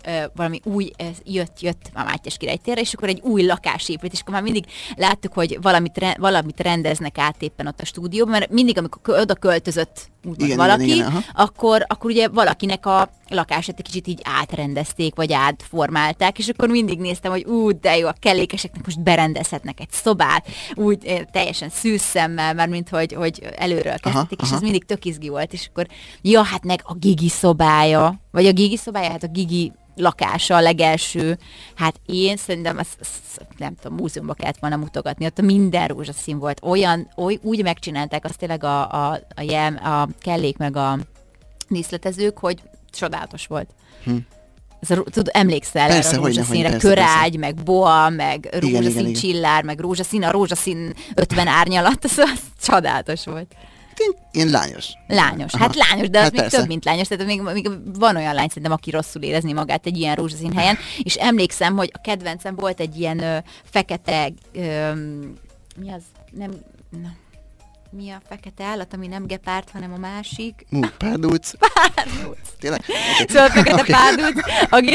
ö, valami új, ez jött, jött a Mátyás király térre, és akkor egy új lakás épült, és akkor már mindig láttuk, hogy valamit, re, valamit rendeznek át éppen ott a stúdióban, mert mindig, amikor oda költözött igen, valaki, igen, igen, akkor, akkor ugye valakinek a lakását egy kicsit így átrendezték, vagy átformálták, és akkor mindig néztem, hogy ú, de jó, a kellékeseknek most berendezhetnek egy szobát, úgy teljesen szűz szemmel, mert mint hogy, hogy előről kezdték, és ez mindig tök izgi volt, és akkor, ja, hát meg a Gigi szobája, vagy a Gigi szobája, hát a Gigi lakása a legelső, hát én szerintem ezt, ezt nem tudom, múzeumban kellett volna mutogatni, ott minden rózsaszín volt, olyan, oly, úgy megcsinálták azt tényleg a, a, a, jel, a kellék meg a díszletezők, hogy csodálatos volt. Hm. Ez a, tud, emlékszel persze, erre a rózsaszínre, körágy, meg boa, meg rózsaszín igen, igen, csillár, igen. meg rózsaszín, a rózsaszín ötven árnyalat, az, az csodálatos volt. Én lányos. Lányos. Aha. Hát lányos, de hát az még persze. több, mint lányos. Tehát még, még van olyan lány szerintem, aki rosszul érezni magát egy ilyen rózsaszín helyen. És emlékszem, hogy a kedvencem volt egy ilyen ö, fekete... Ö, mi az? Nem... Na. Mi a fekete állat, ami nem gepárt, hanem a másik? Mú, párdúc. Párdúc. Tényleg? Okay. Szóval a fekete okay. párdúc, aki,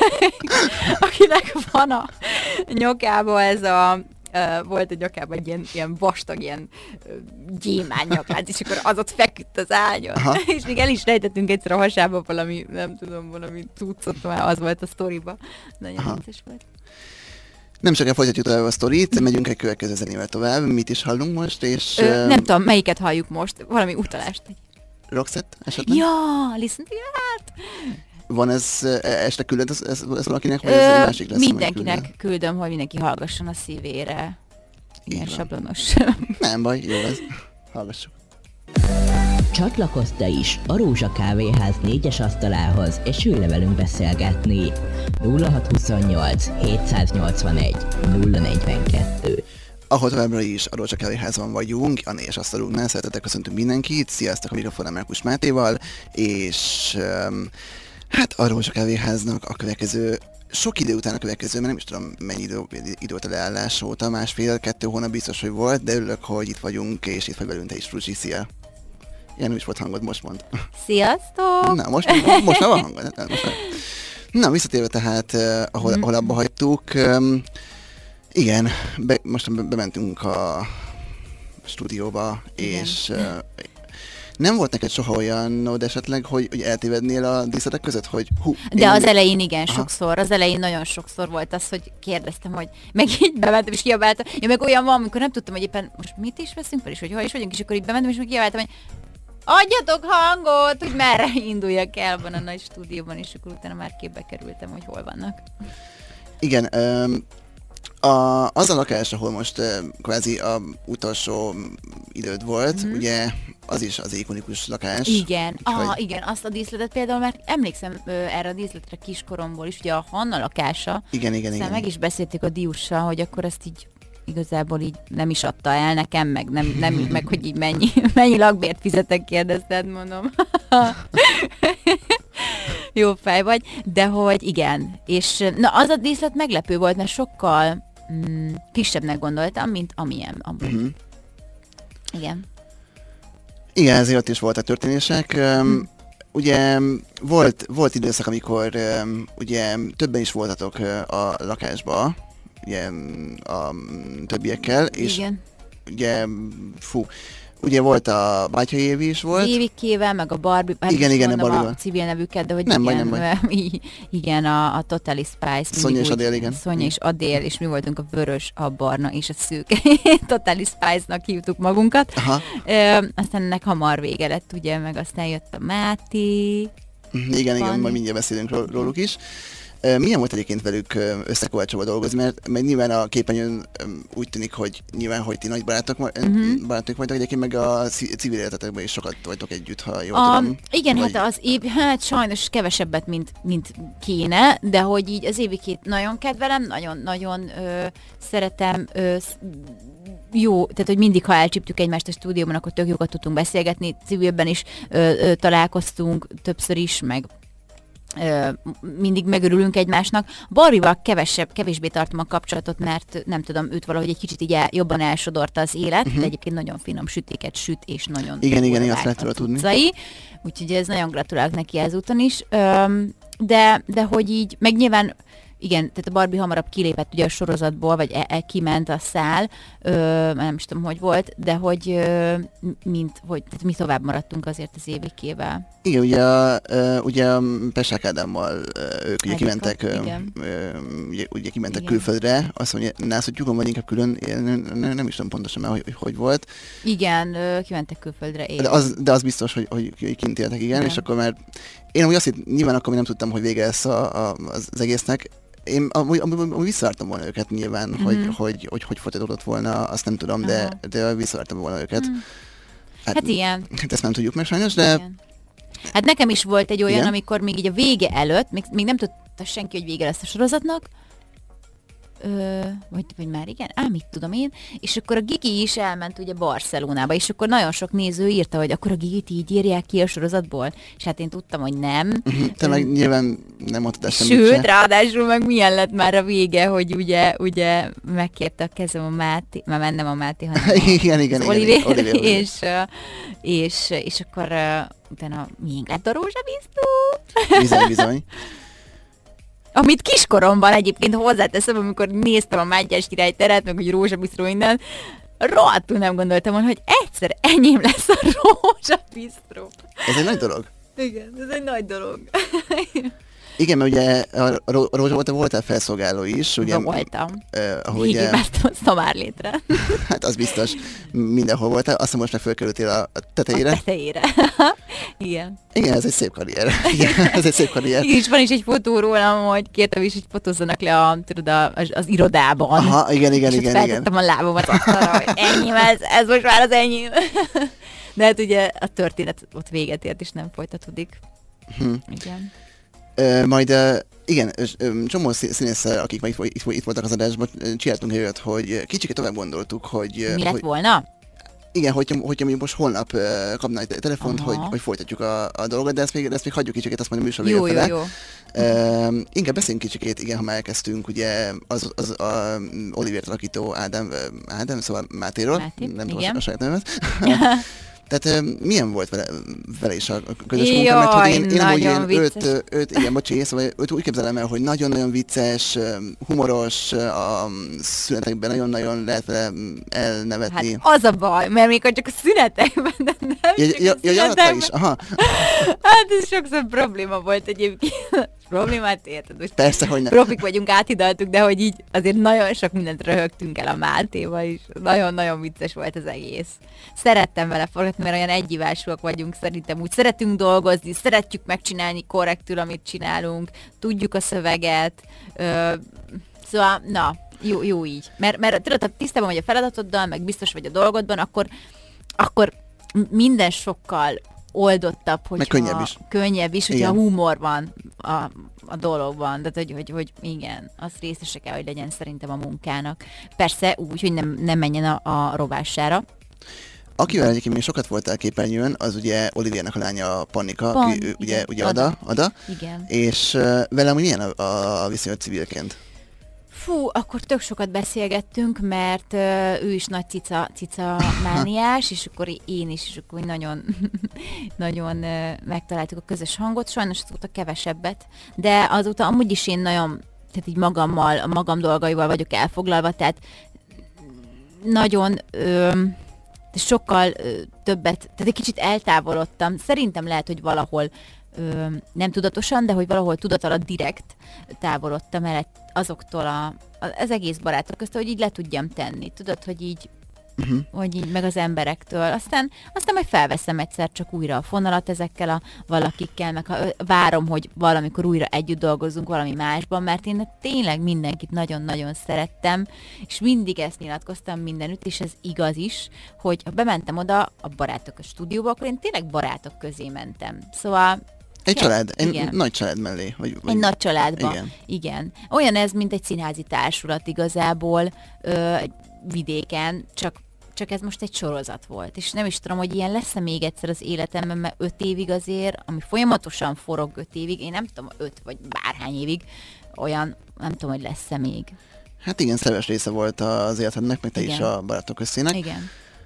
akinek van a nyokába ez a... Uh, volt egy nyakában egy ilyen, ilyen vastag, ilyen uh, gyémány nyaklánc, és akkor az ott feküdt az ágyon. És még el is rejtettünk egyszer a hasába valami, nem tudom, valami cuccot, már az volt a sztoriba. Nagyon vicces volt. Nem sokan folytatjuk tovább a sztorit, megyünk egy következő zenével tovább. Mit is hallunk most? És, Ö, nem um, tudom, melyiket halljuk most. Valami utalást. Roxette esetleg? Ja, listen to that! Van ez este küldött ez, ez, ez valakinek, vagy ez egy másik lesz? Mindenkinek küldöm, hogy mindenki hallgasson a szívére. Ilyen sablonos. Nem baj, jó ez. Hallgassuk. Csatlakozz te is a Rózsa Kávéház négyes asztalához, és ülj le velünk beszélgetni. nulla hat huszonnyolc hétszáznyolcvanegy nulla negyvenkettő. Ahol továbbra is a Rózsa Kávéházban vagyunk, a négyes asztalunknál, szeretettel köszöntünk mindenkit, sziasztok, a mikrofonnál Márkus Mátéval, és um, hát a Rózsa Kávéháznak a következő, sok idő után a következő, mert nem is tudom mennyi idő, idő a leállás óta, másfél-kettő hónap biztos, hogy volt, de örülök, hogy itt vagyunk, és itt vagy velünk te is, Fruzsi, szia! Ilyen nem is volt hangod, most mond. Sziasztok! Na, most, most már van hangod. Most már. Na, visszatérve tehát, uh, ahol, mm. ahol abba hagytuk, um, igen, be, most be, bementünk a stúdióba, igen. és uh, nem volt neked soha olyanod esetleg, hogy, hogy eltévednél a díszletek között, hogy hú... De az elején igen, aha. sokszor, az elején nagyon sokszor volt az, hogy kérdeztem, hogy meg így bementem és kiabáltam. Ja, meg olyan van, amikor nem tudtam, hogy éppen most mit is veszünk fel, és hogy hol is vagyunk, és akkor így bementem, és meg kiabáltam, hogy adjatok hangot, hogy merre induljak el van a nagy stúdióban, és akkor utána már képbe kerültem, hogy hol vannak. Igen, um, a, az a lakás, ahol most uh, kvázi a utolsó időd volt, mm-hmm. ugye az is az ikonikus lakás. Igen, ah, vagy... igen, azt a díszletet például már emlékszem ö, erre a díszletre kiskoromból is, ugye a Hanna lakása. Igen, igen, igen. Meg is beszéltük a Diussal, hogy akkor ezt így igazából így nem is adta el nekem, meg, nem, nem meg hogy így mennyi, mennyi lakbért fizetek, kérdezted, mondom. Jó fej vagy, de hogy igen. És na, az a díszlet meglepő volt, mert sokkal mm, kisebbnek gondoltam, mint amilyen amúgy. Uh-huh. Igen. Igen, ezért ott is voltak történések. Um, ugye volt, volt időszak, amikor um, ugye többen is voltatok uh, a lakásba, ugye a többiekkel, és igen. ugye, fú, ugye volt a Bátyai Évi is volt. Évikével, meg a Barbie, hát igen, igen, a Barbie-val. A civil nevüket, de hogy nem igen, baj, nem baj. igen, a, a Totally Spice. Szonya és Adél, igen. Szonya és Adél, és mi voltunk a vörös, a barna és a szőke. Totally Spice-nak hívtuk magunkat. Aha. Ö, aztán ennek hamar vége lett, ugye, meg aztán jött a Máté. Igen, igen, igen, majd mindjárt beszélünk róluk is. Milyen volt egyébként velük összekovácsolva dolgozni, mert, mert nyilván a képernyőn úgy tűnik, hogy nyilván, hogy ti nagy barátok, uh-huh. barátok vagytok, egyébként meg a civil életetekben is sokat vagytok együtt, ha jól a, tudom. Igen, vagy... hát az év, hát sajnos kevesebbet, mint, mint kéne, de hogy így az Évikét nagyon kedvelem, nagyon-nagyon szeretem, ö, jó, tehát hogy mindig, ha elcsíptük egymást a stúdióban, akkor tök jókat tudtunk beszélgetni, civilben is ö, ö, találkoztunk többször is, meg Ö, mindig megörülünk egymásnak. Barbie-val kevesebb, kevésbé tartom a kapcsolatot, mert nem tudom, őt valahogy egy kicsit így el, jobban elsodorta az élet, uh-huh. de egyébként nagyon finom sütiket süt, és nagyon igen, igen, azt lehet róla tudni. Utcai. Úgyhogy ez nagyon gratulálok neki ezúton is. Ö, de, de hogy így, meg nyilván igen, tehát a Barbie hamarabb kilépett ugye a sorozatból, vagy e- e- kiment a szál, ö, nem is tudom, hogy volt, de hogy ö, mint, hogy tehát mi tovább maradtunk azért az évikével. Igen, ugye, uh, ugye Pesák Ádámmal uh, ők ugye kimentek, uh, ugye, ugye kimentek igen. külföldre, azt mondja, nász, hogy nyugon vagy inkább külön, én nem, nem is tudom pontosan, hogy, hogy hogy volt. Igen, uh, kimentek külföldre. De az, de az biztos, hogy, hogy kint éltek, igen, igen, és akkor már én úgy azt hitt, nyilván akkor még nem tudtam, hogy vége lesz a, a, az egésznek. Én amúgy, amúgy, amúgy visszavártam volna őket nyilván, mm-hmm. hogy, hogy, hogy hogy folytatódott volna, azt nem tudom, de, de visszavártam volna őket. Mm. Hát, hát igen. Hát ezt nem tudjuk meg sajnos, de... Igen. Hát nekem is volt egy olyan, igen? amikor még így a vége előtt, még, még nem tudta senki, hogy vége lesz a sorozatnak, Ö, vagy, vagy már igen, á, mit tudom én, és akkor a Gigi is elment ugye Barcelonába, és akkor nagyon sok néző írta, hogy akkor a Gigit így írják ki a sorozatból, és hát én tudtam, hogy nem. Uh-huh. Te meg nyilván nem mondtad ezt semmit. Sőt, ráadásul meg milyen lett már a vége, hogy ugye, ugye megkérte a kezem a Máté, már mennem a Máté, hanem a, igen, igen, az igen, Oliver, igen, Oliver, Oliver. És, és, és akkor utána miénk lett a rózsabisztó? Bizony, bizony. Amit kiskoromban egyébként hozzáteszem, amikor néztem a Mátyás király teret, meg hogy rózsabisztró minden, rohadtul nem gondoltam volna, hogy egyszer enyém lesz a rózsabisztró. Ez egy nagy dolog. Igen, ez egy nagy dolog. Igen, mert ugye a Rózsa volt, voltál felszolgáló is. Ugye, voltam. Uh, Végigvártam a szamárlétre. Hát az biztos, mindenhol voltál, azt most meg fölkerültél a, a tetejére. A tetejére. Igen. Igen, ez egy szép karrier. Igen, ez egy szép karrier. Igen, és van is egy fotó rólam, hogy kértem is, hogy fotózzanak le a, tudod, a, az, az irodában. Aha, igen, igen, és igen. És feltettem a lábomat arra, hogy enyém, ez, ez most már az enyém. De hát ugye a történet ott véget ért, és nem folytatódik. Hm. Igen. Uh, majd uh, igen, uh, csomó színésszel, akik már itt, itt, itt voltak az adásban, csináltunk egy olyat, hogy kicsit tovább gondoltuk, hogy... Mi lett hogy, volna? Igen, hogyha, hogyha mondjuk most holnap uh, kapna egy telefont, hogy, hogy folytatjuk a, a dolgot, de ezt még, de ezt még hagyjuk kicsikét, azt mondja a műsor vége fele. Jó, jó, jó. Uh, inkább beszéljünk kicsikét, igen, ha már elkezdtünk, ugye az, az a Olivért alakító Ádám, Ádám, szóval Mátéról, Máté, nem tudom a saját nevemet. Tehát milyen volt vele, vele is a közös munka, mert hogy én, én amúgy én őt, őt, igen, bocsi, szóval őt úgy képzelem el, hogy nagyon-nagyon vicces, humoros, a szünetekben nagyon-nagyon lehet vele elnevetni. Hát az a baj, mert még csak a szünetekben, de nem ja, csak ja, a szünetekben. Ja, is, aha. Hát ez sokszor probléma volt egyébként. Problémát érted? Most persze, hogy nem. Profik vagyunk, áthidaltuk, de hogy így azért nagyon sok mindent röhögtünk el a Mátéval is. Nagyon-nagyon vicces volt az egész. Szerettem vele forgatni, mert olyan egyívásúak vagyunk, szerintem úgy szeretünk dolgozni, szeretjük megcsinálni korrektül, amit csinálunk, tudjuk a szöveget. Ö, szóval, na, jó, jó így. Mert, mert tudod, ha tisztában vagy a feladatoddal, meg biztos vagy a dolgodban, akkor, akkor minden sokkal oldottabb, hogyha könnyebb is. Könnyebb is, hogyha humor van a, a dologban. Tehát, hogy, hogy, hogy igen, az részese kell, hogy legyen szerintem a munkának. Persze úgy, hogy nem, nem menjen a, a robássára. Akivel egyébként még sokat voltál képernyőn, az ugye Oliviernek a lánya Pannika, Pan, aki ő, ugye, igen, ugye Ada, Ada. Igen. És uh, velem milyen a, a viszonyod civilként? Fú, akkor tök sokat beszélgettünk, mert uh, ő is nagy cica, cica mániás, és akkor én is, és akkor nagyon, nagyon uh, megtaláltuk a közös hangot. Sajnos azóta kevesebbet, de azóta amúgy is én nagyon, tehát így magammal, a magam dolgaival vagyok elfoglalva, tehát nagyon... Ö, sokkal ö, többet, tehát egy kicsit eltávolodtam. Szerintem lehet, hogy valahol ö, nem tudatosan, de hogy valahol tudat alatt direkt távolodtam el azoktól a, az egész barátok közt, hogy így le tudjam tenni. Tudod, hogy így, uh-huh. hogy így meg az emberektől. Aztán, aztán majd felveszem egyszer csak újra a fonalat ezekkel a valakikkel, meg ha várom, hogy valamikor újra együtt dolgozzunk valami másban, mert én tényleg mindenkit nagyon-nagyon szerettem, és mindig ezt nyilatkoztam mindenütt, és ez igaz is, hogy ha bementem oda a barátok a stúdióba, akkor én tényleg barátok közé mentem. Szóval egy család, egy nagy család mellé. Vagy, vagy... Egy nagy családba, igen. igen. Olyan ez, mint egy színházi társulat igazából, ö, vidéken, csak csak ez most egy sorozat volt, és nem is tudom, hogy ilyen lesz-e még egyszer az életemben, mert öt évig azért, ami folyamatosan forog öt évig, én nem tudom, öt vagy bárhány évig, olyan, nem tudom, hogy lesz-e még. Hát igen, szerves része volt az életednek, meg te Igen. is a barátok összének. Igen.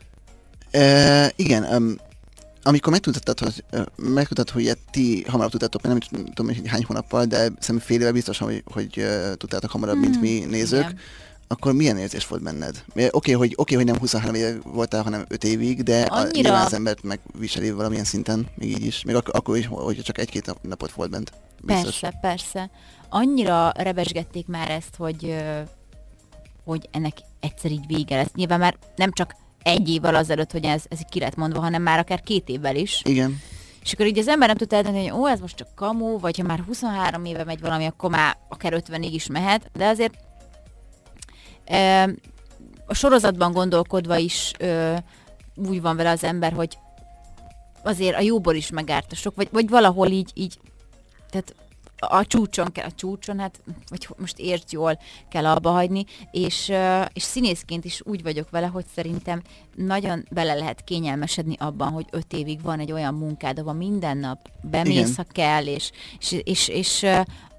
E, igen, um, amikor megtudtad, hogy, megtudtad, hogy ilyet ti hamarabb tudtátok, nem tudom, hogy hány hónappal, de szerintem fél éve biztos, hogy, hogy uh, tudtátok hamarabb, mint mi nézők, igen. akkor milyen érzés volt benned? Oké, okay, hogy, okay, hogy nem huszonhárom éve voltál, hanem öt évig, de Annyira... a, az embert megviseli valamilyen szinten, még így is. Még ak- akkor is, hogy csak egy-két napot volt bent. Biztos. Persze, persze. Annyira rebesgették már ezt, hogy, hogy ennek egyszer így vége lesz. Nyilván már nem csak egy évvel azelőtt, hogy ez, ez így ki lett mondva, hanem már akár két évvel is. Igen. És akkor így az ember nem tudta eldönteni, hogy ó, ez most csak kamu, vagy ha már huszonhárom éve megy valami, akkor már akár ötvenig is mehet, de azért e, a sorozatban gondolkodva is e, úgy van vele az ember, hogy azért a jóból is megártasok, vagy, vagy valahol így, így, tehát a csúcson kell, a csúcson, hát, vagy most értsd jól, kell abba hagyni, és, és színészként is úgy vagyok vele, hogy szerintem nagyon bele lehet kényelmesedni abban, hogy öt évig van egy olyan munkád, ahol minden nap bemész, igen. ha kell, és, és, és, és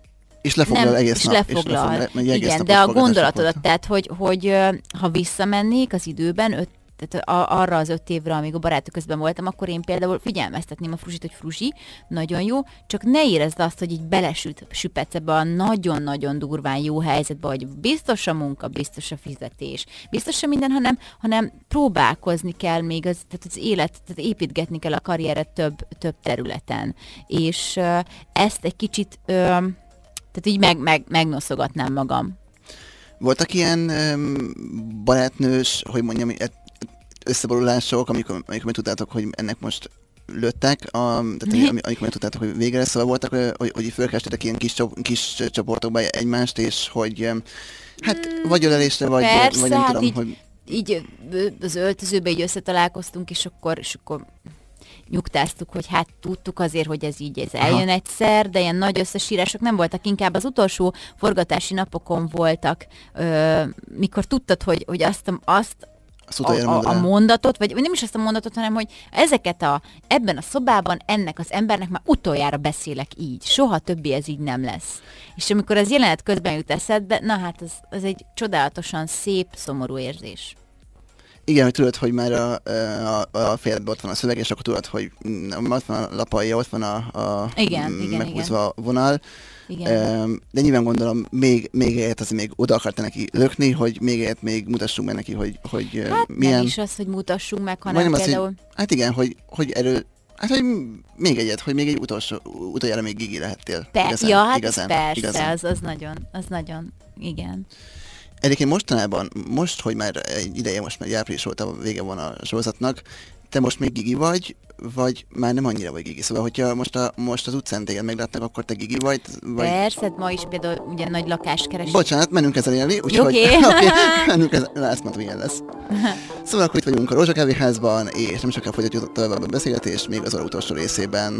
és lefoglal nem, egész és nap. Lefoglal. És lefoglal, igen, de a gondolatodat, tehát, hogy, hogy ha visszamennék az időben, öt tehát a, arra az öt évre, amíg a barátok közben voltam, akkor én például figyelmeztetném a Fruzsit, hogy Fruzsi, nagyon jó, csak ne érezd azt, hogy így belesüpetsz ebbe a nagyon-nagyon durván jó helyzetbe, hogy biztos a munka, biztos a fizetés, biztos a minden, hanem, hanem próbálkozni kell még az, tehát az élet, tehát építgetni kell a karrieret több, több területen. És uh, ezt egy kicsit, uh, tehát így meg, meg, megnoszogatnám magam. Voltak ilyen um, barátnős, hogy mondjam, összeborulások, amikor, amikor tudtátok, hogy ennek most lőttek, a, tehát am, amikor tudtátok, hogy végre lesz, szóval voltak, hogy, hogy fölkerestetek ilyen kis, kis csoportokba egymást, és hogy hát vagy ölelésre, vagy, persze, vagy nem hát tudom, így, hogy... így az öltözőbe így összetalálkoztunk, és akkor, és akkor nyugtáztuk, hogy hát tudtuk azért, hogy ez így ez eljön Aha. egyszer, de ilyen nagy összesírások nem voltak, inkább az utolsó forgatási napokon voltak, ö, mikor tudtad, hogy, hogy azt, azt A, a, a mondatot, vagy, vagy nem is azt a mondatot, hanem hogy ezeket a, ebben a szobában ennek az embernek már utoljára beszélek így. Soha többé ez így nem lesz. És amikor az jelenet közben jut eszedbe, na hát ez, ez egy csodálatosan szép, szomorú érzés. Igen, hogy tudod, hogy már a, a, a fejedben ott van a szöveg, és akkor tudod, hogy ott van a lapalja, ott van a, a igen, m- meghúzva igen. a vonal. Igen. De nyilván gondolom, még, még egyet azért még oda akarta neki lökni, hogy még egyet még mutassunk meg neki, hogy, hogy hát milyen... nem is az, hogy mutassunk meg, hanem az, például... hogy, hát igen, hogy, hogy erről... Hát, hogy még egyet, hogy még egy utolsó, utoljára még Gigi lehettél. Pe- igazán, ja, hát igazán, persze, igazán. Az, az nagyon, az nagyon, igen. Egyébként mostanában, most, hogy már egy ideje, most már április óta vége van a sorozatnak, te most még Gigi vagy, vagy már nem annyira vagy Gigi? Szóval, hogyha most, a, most az utcán téged meglátnak, akkor te Gigi vagy? vagy... Persze, ma is például ugye nagy lakáskeresés. Bocsánat, menünk ezzel élni, úgyhogy okay. okay, menünk ezzel, ezt mondtam, ilyen lesz. Szóval akkor itt vagyunk a Rózsa Kávéházban, és nem sokkal folytatjuk tovább a beszélgetést, még az óra utolsó részében.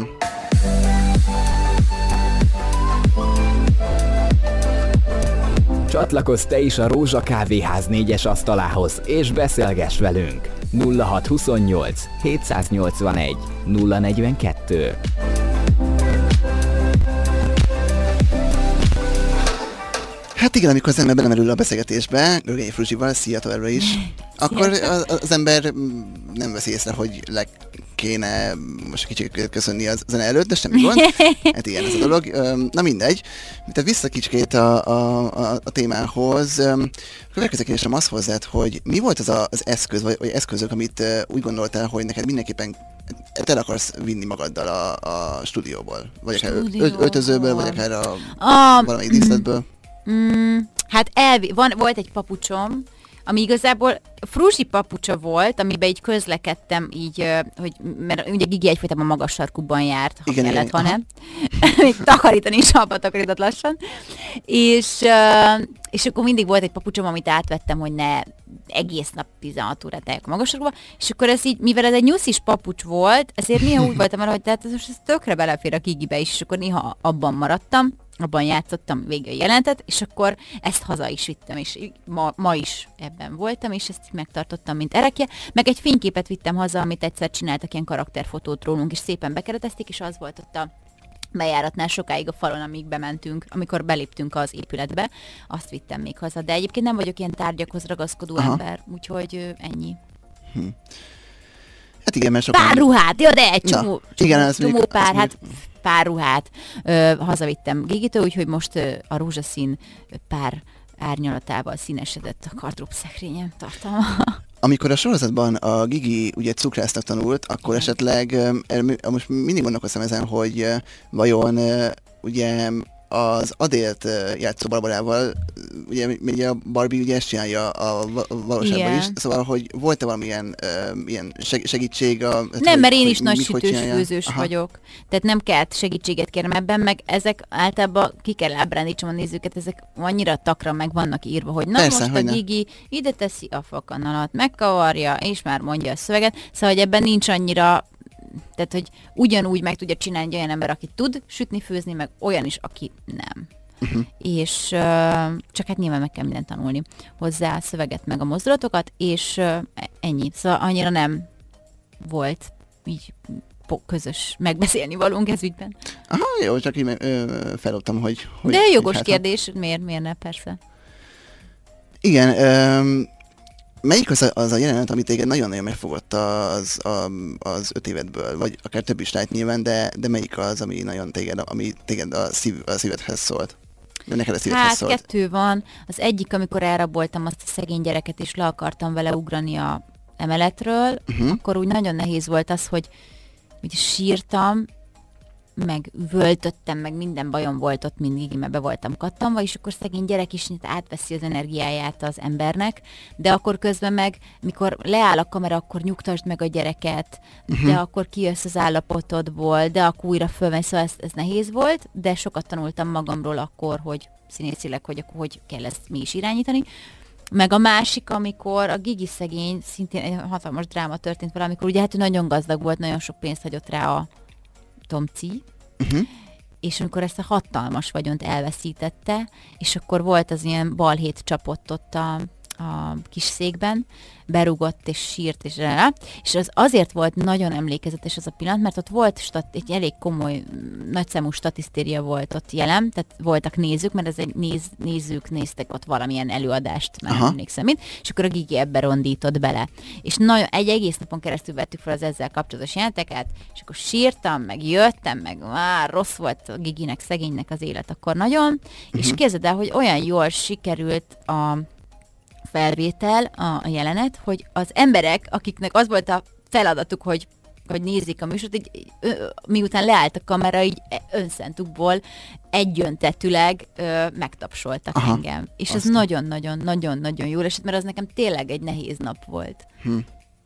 Csatlakozz te is a Rózsa Kávéház négyes asztalához, és beszélgess velünk! nulla hat huszonnyolc hétszáznyolcvanegy nulla negyvenkettő. Hát igen, amikor az ember belemerül a beszélgetésbe, Görgényi Fruzsival, szia továbbra is, akkor az, az ember nem veszi észre, hogy le kéne most kicsit köszönni az zene előtt, de semmi gond. Hát igen, ez a dolog. Na mindegy. De vissza kicsikét a, a, a, a témához. A következő kérdésem az hozzád, hogy mi volt az a, az eszköz, vagy, vagy eszközök, amit úgy gondoltál, hogy neked mindenképpen te akarsz vinni magaddal a, a stúdióból? Vagy akár öltözőből, vagy akár a, a valamelyik díszletből? Mm, hát elvi, van, volt egy papucsom, ami igazából Fruzsi papucsa volt, amiben így közlekedtem így, hogy, mert ugye Gigi egyfajtában magas sarkúban járt, ha igen, kellett, igen. ha nem. Még takarítani is abba takarított lassan. És, és akkor mindig volt egy papucsom, amit átvettem, hogy ne egész nap tizenhat órát teljek a magas sarkúba, és akkor ez így, mivel ez egy nyuszis papucs volt, ezért néha úgy voltam el, hogy tehát ez most ez tökre belefér a Gigibe is, és akkor néha abban maradtam. abban játszottam végig a jelentet, és akkor ezt haza is vittem, és ma, ma is ebben voltam, és ezt megtartottam, mint erekje. Meg egy fényképet vittem haza, amit egyszer csináltak, ilyen karakterfotót rólunk, és szépen bekeretezték, és az volt ott a bejáratnál sokáig a falon, amíg bementünk, amikor beléptünk az épületbe, azt vittem még haza. De egyébként nem vagyok ilyen tárgyakhoz ragaszkodó Aha. ember, úgyhogy ö, ennyi. Hm. Hát igen, mert sokan... Pár ruhát, jó, de egy csomó, Na, igen, az csomó még, pár, még... hát pár ruhát ö, hazavittem Gigitől, úgyhogy most ö, a rózsaszín pár árnyalatával színesedett a gardrób szekrényem tartalma. Amikor a sorozatban a Gigi ugye cukrásznak tanult, akkor Igen. esetleg, most mindig gondolkoztam ezen, hogy vajon ugye az Adélt játszó Barbarával, ugye, ugye a Barbie ugye ezt csinálja a valóságban Igen. is, szóval, hogy volt-e valamilyen uh, ilyen segítség? A, hát, nem, hogy, mert én is nagy sütős főzős vagyok. Tehát nem kellett segítséget kérnem ebben, meg ezek általában ki kell ábrándítsam a nézőket, ezek annyira takra meg vannak írva, hogy na Persze, most a Gigi ide teszi a fakanalat, megkavarja, és már mondja a szöveget, szóval hogy ebben nincs annyira. Tehát, hogy ugyanúgy meg tudja csinálni olyan ember, aki tud sütni, főzni, meg olyan is, aki nem. Uh-huh. És uh, csak hát nyilván meg kell mindent tanulni hozzá, a szöveget, meg a mozdulatokat, és uh, ennyi. Szóval annyira nem volt így közös megbeszélni valónk ez ügyben. Aha, jó, csak így feloltam, hogy, hogy... De jogos hát, kérdés, miért, miért ne, persze. Igen, um, melyik az a, az a jelenet, amit téged nagyon-nagyon megfogott az, a, az öt évedből, vagy akár több is lehet nyilván, de, de melyik az, ami nagyon téged, ami téged a, szív, a szívedhez szólt? Neked a szívedhez hát szólt? kettő van. Az egyik, amikor elraboltam azt a szegény gyereket, és le akartam vele ugrani a emeletről, uh-huh. akkor úgy nagyon nehéz volt az, hogy, hogy sírtam, meg üvöltöttem, meg minden bajom volt ott mindig, mert be voltam kattanva, és akkor szegény gyerek is átveszi az energiáját az embernek, de akkor közben meg, mikor leáll a kamera, akkor nyugtasd meg a gyereket, uh-huh. de akkor kijössz az állapotodból, de akkor újra fölmegy, szóval ez, ez nehéz volt, de sokat tanultam magamról akkor, hogy színészileg, hogy akkor hogy kell ezt mi is irányítani. Meg a másik, amikor a Gigi szegény, szintén egy hatalmas dráma történt vele, amikor ugye hát ő nagyon gazdag volt, nagyon sok pénzt hagyott rá a Tomci, uh-huh. és amikor ezt a hatalmas vagyont elveszítette, és akkor volt az ilyen balhét csapott ott a, a kis székben, berúgott és sírt, és rá, és az azért volt nagyon emlékezetes az a pillanat, mert ott volt stat- egy elég komoly, nagyszámú statisztéria volt ott jelen, tehát voltak nézők, mert ez egy néz, nézők néztek ott valamilyen előadást, már nem emlékszem mit, és akkor a Gigi ebbe rondított bele. És nagyon, egy egész napon keresztül vettük fel az ezzel kapcsolatos jelenteket, és akkor sírtam, meg jöttem, meg már rossz volt a Giginek, szegénynek az élet akkor nagyon, uh-huh. és képzeld el, hogy olyan jól sikerült a felvétel, a jelenet, hogy az emberek, akiknek az volt a feladatuk, hogy, hogy nézik a műsort, így, ö, miután leállt a kamera, így önszentukból egyöntetűleg ö, megtapsoltak Aha, engem. És ez nagyon-nagyon-nagyon-nagyon jól esett, mert az nekem tényleg egy nehéz nap volt. Hm.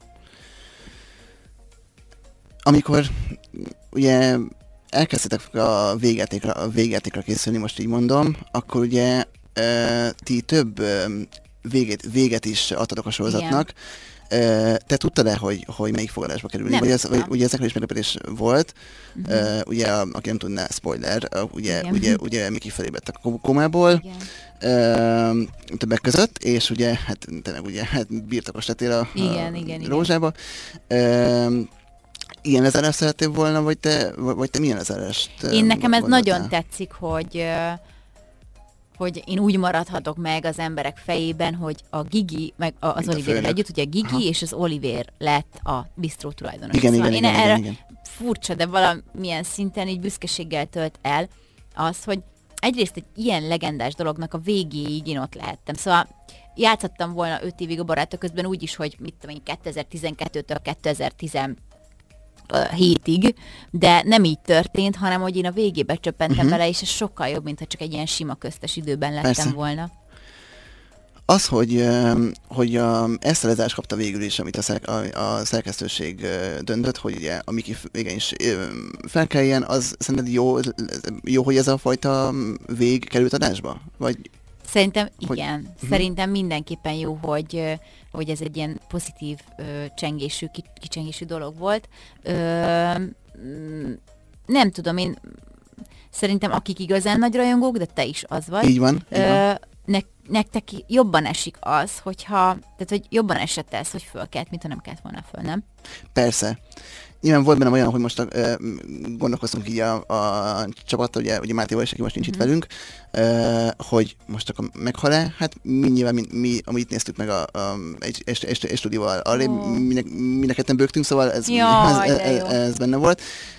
Amikor ugye elkezdtetek a végjátékra, a végjátékra készülni, most így mondom, akkor ugye ö, ti több ö, Véget, véget is adtatok a sorozatnak. Igen. Te tudtad-e, hogy, hogy melyik fogadásba kerülni? Vagy ez, vagy, ugye ezekről is meglepetés volt. Uh-huh. Uh, ugye, aki nem tudná, spoiler, uh, ugye, ugye, ugye Miki felébredt a komából. Uh, többek között, és ugye, hát tényleg ugye, hát birtokos lettél a, igen, a igen, Rózsába. Igen. Uh, ilyen lezárást szerettél volna, vagy te, vagy te milyen lezárást Én nekem ez nagyon tetszik, hogy hogy én úgy maradhatok meg az emberek fejében, hogy a Gigi, meg az Olivérrel együtt, ugye a Gigi Aha. és az Olivér lett a bisztró tulajdonos. Igen, szóval igen, én igen, erre igen, igen. furcsa, de valamilyen szinten így büszkeséggel tölt el az, hogy egyrészt egy ilyen legendás dolognak a végéig én ott lehettem. Szóval játszottam volna öt évig a barátok közben úgy is, hogy mit tudom én, kétezer-tizenkettőtől kétezer-tizenhétig, de nem így történt, hanem hogy én a végébe csöppentem uh-huh. bele, és ez sokkal jobb, mint ha csak egy ilyen sima köztes időben lettem Persze. volna. Az, hogy, hogy a, ezt a lezárást kapta végül is, amit a, szer, a, a szerkesztőség döntött, hogy ugye a Miki vége is felkeljen, az szerinted jó, jó, hogy ez a fajta vég került adásba? Vagy Szerintem igen. Hogy... Szerintem mindenképpen jó, hogy, hogy ez egy ilyen pozitív ö, csengésű, kicsengésű dolog volt. Ö, nem tudom, én szerintem akik igazán nagy rajongók, de te is az vagy. Így van. Így van. Ö, ne, nektek jobban esik az, hogyha, tehát hogy jobban esett ez, hogy fölkelt, mint ha nem kelt volna föl, nem? Persze. Nyilván volt bennem olyan, hogy most uh, gondolkoztunk így a, a csapattal, ugye, ugye Mátéval is, aki most nincs mm-hmm. itt velünk, uh, hogy most akkor meghal-e? Hát mi nyilván mi, mi amit néztük meg a, a, egy, egy, egy, egy stúdióval, arra oh. mi, mi ketten bőgtünk, szóval ez, Jaj, ez, ez, ez benne volt.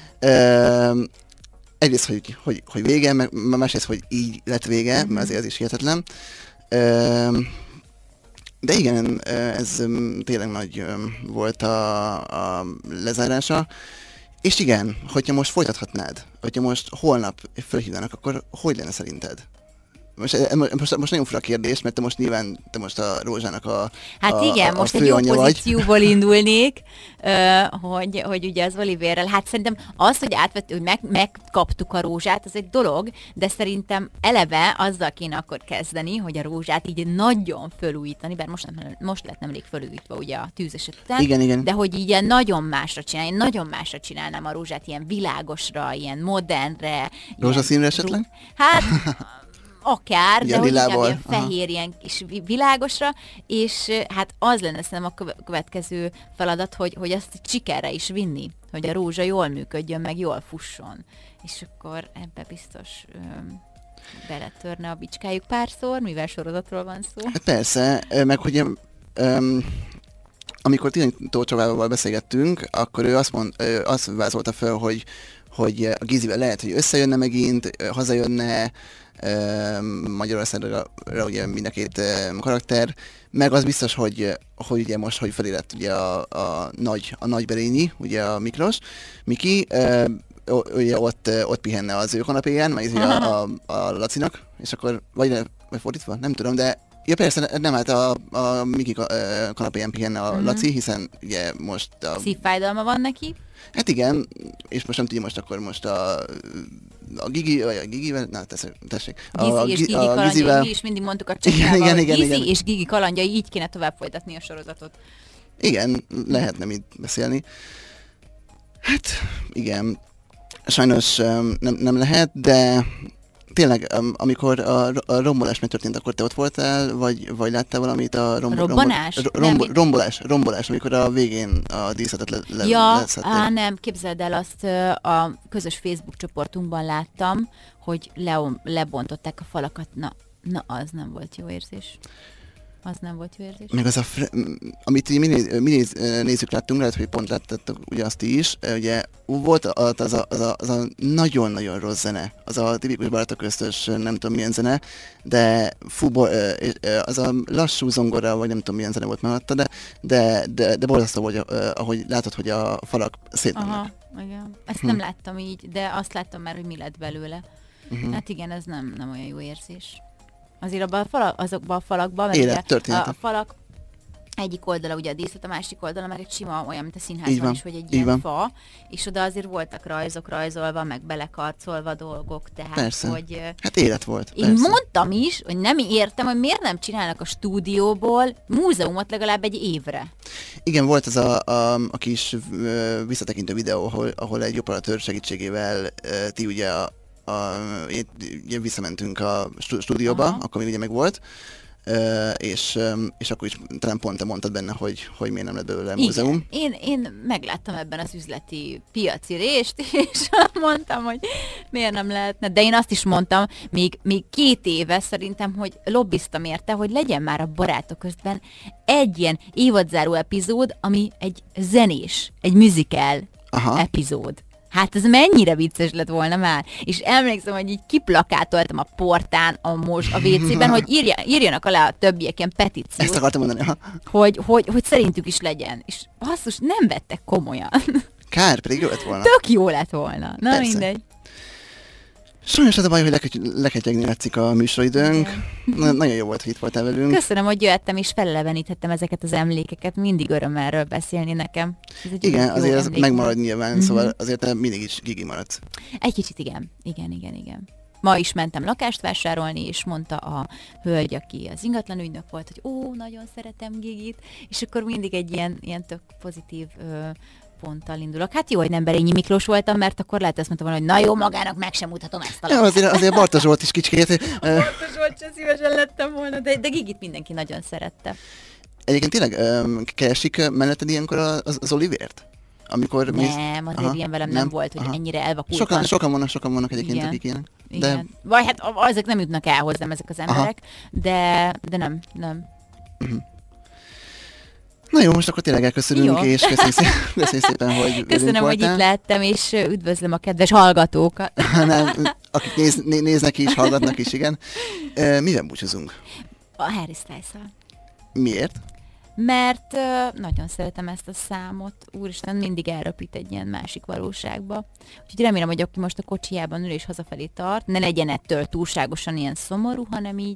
Uh, egyrészt, hogy, hogy, hogy vége, meg másrészt, hogy így lett vége, mm-hmm. mert azért ez is hihetetlen. Uh, De igen, ez tényleg nagy volt a, a lezárása. És igen, hogyha most folytathatnád, hogyha most holnap felhívnának, akkor hogy lenne szerinted? Most, most, most nagyon fura kérdés, mert te most nyilván, te most a Rózsának a Hát a, igen, a, most a egy jó vagy. pozícióból indulnék, hogy, hogy ugye az Oliverrel, hát szerintem az, hogy átvettük, hogy meg, megkaptuk a Rózsát, az egy dolog, de szerintem eleve azzal kéne akkor kezdeni, hogy a Rózsát így nagyon fölújítani, bár most, nem, most lett nemrég fölújítva ugye a tűzeset után, igen, igen. de hogy így ilyen nagyon másra csinálni, én nagyon másra csinálnám a Rózsát, ilyen világosra, ilyen modernre. Rózsaszínre esetleg? Hát... Akár, ugye, de hogy inkább ilyen Aha. fehér, ilyen kis világosra, és hát az lenne szerintem a következő feladat, hogy, hogy azt sikerre is vinni, hogy a Rózsa jól működjön, meg jól fusson. És akkor ebbe biztos öm, beletörne a bicskájuk párszor, mivel sorozatról van szó. Hát persze, meg hogy öm, amikor Tini Tócsovával beszélgettünk, akkor ő azt, mond, ő azt vázolta fel, hogy, hogy a Gizivel lehet, hogy összejönne megint, hazajönne, Magyarországra ugye mind a két karakter, meg az biztos, hogy, hogy ugye most, hogy felérett ugye a, a nagy, a nagy Berényi, ugye a Miklós, Miki, ugye ott, ott pihenne az ő kanapéján, meg a, a, a Lacinak, és akkor, vagy, vagy fordítva, nem tudom, de ja persze, nem hát a, a Miki kanapéján pihenne a mm-hmm. Laci, hiszen ugye most a... Szívfájdalma van neki? Hát igen, és most nem tudja most akkor most a, a Gigi, vagy a Gigivel, na tessék, tessék. Gizi a, és a, Gigi a kalandjai, Gizivel... mi is mindig mondtuk a csatornában, igen, igen, Gizi igen. és Gigi kalandjai, így kéne tovább folytatni a sorozatot. Igen, lehetne mit beszélni. Hát, igen, sajnos nem, nem lehet, de tényleg, amikor a, a rombolás megtörtént, akkor te ott voltál, vagy, vagy láttál valamit a rom, Robbanás? Rombol, rombo, rombolás, rombolás, amikor a végén a díszetet le, le, ja, leszedték. á, nem, képzeld el, azt a közös Facebook csoportunkban láttam, hogy le, lebontották a falakat. Na, na, az nem volt jó érzés. Az nem volt jó érzés. Meg az a, fre- amit mi, néz, mi néz, nézzük láttunk, lehet, hogy pont láttátok ugye azt is, ugye volt az a, az a, az a nagyon-nagyon rossz zene, az a tipikus barátok köztös, nem tudom milyen zene, de fúból, az a lassú zongora, vagy nem tudom milyen zene volt mellette, de, de, de, de borzasztó volt, ahogy látod, hogy a falak szétmennek. Aha, igen. Ezt hm. nem láttam így, de azt láttam már, hogy mi lett belőle. Uh-huh. Hát igen, ez nem, nem olyan jó érzés. Azért abban a falak, azokban a falakban, mert Élet, ugye a, a falak egyik oldala ugye a díszlet, a másik oldala meg egy sima, olyan, mint a színházban is, hogy egy ilyen fa, és oda azért voltak rajzok rajzolva, meg belekarcolva dolgok, tehát persze. hogy... Hát élet volt. Én persze. mondtam is, hogy nem értem, hogy miért nem csinálnak a stúdióból múzeumot legalább egy évre. Igen, volt az a, a, a kis uh, visszatekintő videó, ahol, ahol egy operatőr segítségével uh, ti ugye a A, ugye visszamentünk a stúdióba, aha. akkor még ugye meg volt, és, és akkor is talán pont te mondtad benne, hogy, hogy miért nem lett belőle múzeum. Én, én megláttam ebben az üzleti piaci részt, és mondtam, hogy miért nem lehetne. De én azt is mondtam, még, még két éve szerintem, hogy lobbiztam érte, hogy legyen már a barátok közben egy ilyen évadzáró epizód, ami egy zenés, egy musical aha. epizód. Hát ez mennyire vicces lett volna már. És emlékszem, hogy így kiplakátoltam a portán, a most a vé cében, hogy írja, írjanak alá a többiek ilyen petíciót. Ezt akartam mondani, ha. Hogy, hogy, hogy szerintük is legyen. És basszus, nem vettek komolyan. Kár, pedig jó lett volna. Tök jó lett volna. Na persze. Mindegy. Sajnos az a baj, hogy leketyegni leke látszik a műsoridőnk. Na, nagyon jó volt, hogy itt voltál velünk. Köszönöm, hogy jöttem és feleleveníthettem ezeket az emlékeket. Mindig öröm erről beszélni nekem. Igen, azért ez megmarad nyilván, mm-hmm. szóval azért te mindig is Gigi maradsz. Egy kicsit igen. Igen, igen, igen. Ma is mentem lakást vásárolni, és mondta a hölgy, aki az ingatlan ügynök volt, hogy ó, nagyon szeretem Gigit, és akkor mindig egy ilyen, ilyen tök pozitív ö, ponttal indulok. Hát jó, hogy nem Berényi Miklós voltam, mert akkor lehet azt mondtam volna, hogy na jó, magának meg sem mutatom ezt a Ja, azért, azért Barta Zsolt is kicsikét. Barta Zsolt sem szívesen lettem volna, de, de Gigit mindenki nagyon szerette. Egyébként tényleg um, keresik melletted ilyenkor az, az Olivért? Amikor nem, azért aha, ilyen velem nem, nem volt, hogy aha. ennyire elvakultan. Sokan, sokan vannak, sokan vannak egyébként, igen. akik ilyenek. De... Igen. Vagy hát ezek nem jutnak el hozzám, ezek az emberek, de, de nem, nem. Uh-huh. Na jó, most akkor tényleg elköszönünk, jó. És köszönjük szépen, köszönjük szépen, hogy köszönöm, hogy itt lettem, és üdvözlöm a kedves hallgatókat. Nem, akik néz, néznek is, hallgatnak is, igen. Mivel búcsúzunk? A Harry Styles-szal. Miért? Mert uh, nagyon szeretem ezt a számot, úristen, mindig elröpít egy ilyen másik valóságba. Úgyhogy remélem, hogy aki most a kocsijában ül és hazafelé tart, ne legyen ettől túlságosan ilyen szomorú, hanem így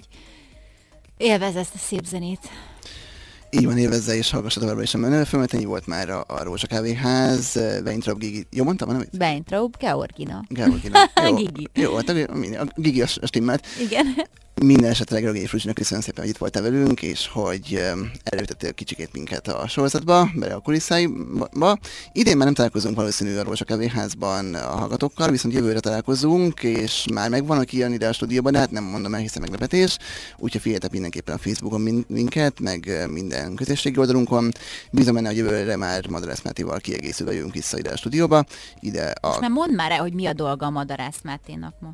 élvezze ezt a szép zenét. Így van, élvezze és hallgassa továbbra is a menőfilmet, ennyi volt már a, a Rózsa Kávéház, Weintraub Gigi, jó mondtam, nem? Weintraub Georgina. Georgina, jó. Gigi. Jó, hát a, a Gigi a, a stimmelt. Igen. Minden esetre Gergely Fruzsinak köszönöm szépen, hogy itt voltál velünk, és hogy um, előtettél kicsikét minket a sorozatba, bele a kulisszáiba. Idén már nem találkozunk valószínű a Rózsa Kávéházban a hallgatókkal, viszont jövőre találkozunk, és már megvan, aki jön ide a stúdióban, de hát nem mondom el, hiszen meglepetés. Úgyhogy figyeljetek mindenképpen a Facebookon minket, meg minden közösségi oldalunkon. Bízom benne, hogy jövőre már Madarász Mátéval kiegészülve jövünk vissza ide a stúdióba. Ide a... Most már mondd már el, hogy mi a dolga a Madarász Máténak ma.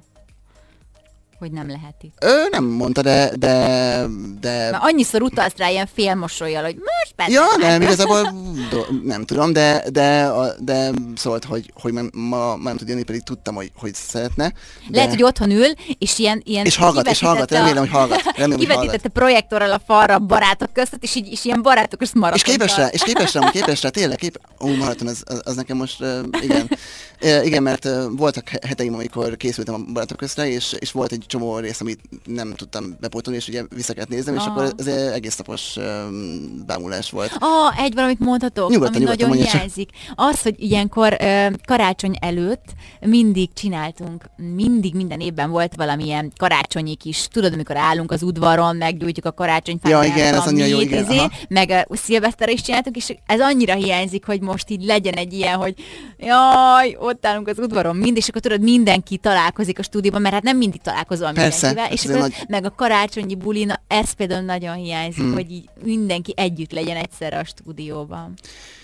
Hogy nem lehet itt. Ő nem mondta, de... de, de... Már annyiszor utalsz rá ilyen félmosollyal, hogy most persze. Ja, nem, igazából do, nem tudom, de, de, de szólt, hogy, hogy ma, ma nem tud jönni, pedig tudtam, hogy, hogy szeretne. De... Lehet, hogy otthon ül, és ilyen... ilyen és hallgat, és hallgat, remélem, hogy hallgat. Remélem, kivetítette projektorral a falra a barátok között, és így és ilyen barátok között maraton. És képes rá, és képes rá, képes rá, tényleg, kép... Ó, maraton, az, az, az nekem most, uh, igen. Uh, igen, mert uh, voltak heteim, amikor készültem a barátok közre, és, és volt egy csomó rész, amit nem tudtam bepótolni, és ugye vissza kellett néznem, és akkor ez egész napos um, bámulás volt. Ah, egy valamit mondhatok, nyugodtan, ami nyugodtan, nagyon hiányzik. Az, hogy ilyenkor uh, karácsony előtt mindig csináltunk, mindig minden évben volt valamilyen karácsonyi kis, tudod, amikor állunk az udvaron, meggyújtjuk a karácsonyfát, ja, igen, ez annyira jó, igen. Izé, meg uh, szilveszterre is csináltunk, és ez annyira hiányzik, hogy most így legyen egy ilyen, hogy jaj, ott állunk az udvaron mind, és akkor tudod, mindenki találkozik a stúdióban, mert hát nem mindig találkozol mindenkivel, és akkor, nagy... meg a karácsonyi bulin, ez például nagyon hiányzik, hmm. hogy így mindenki együtt legyen egyszerre a stúdióban.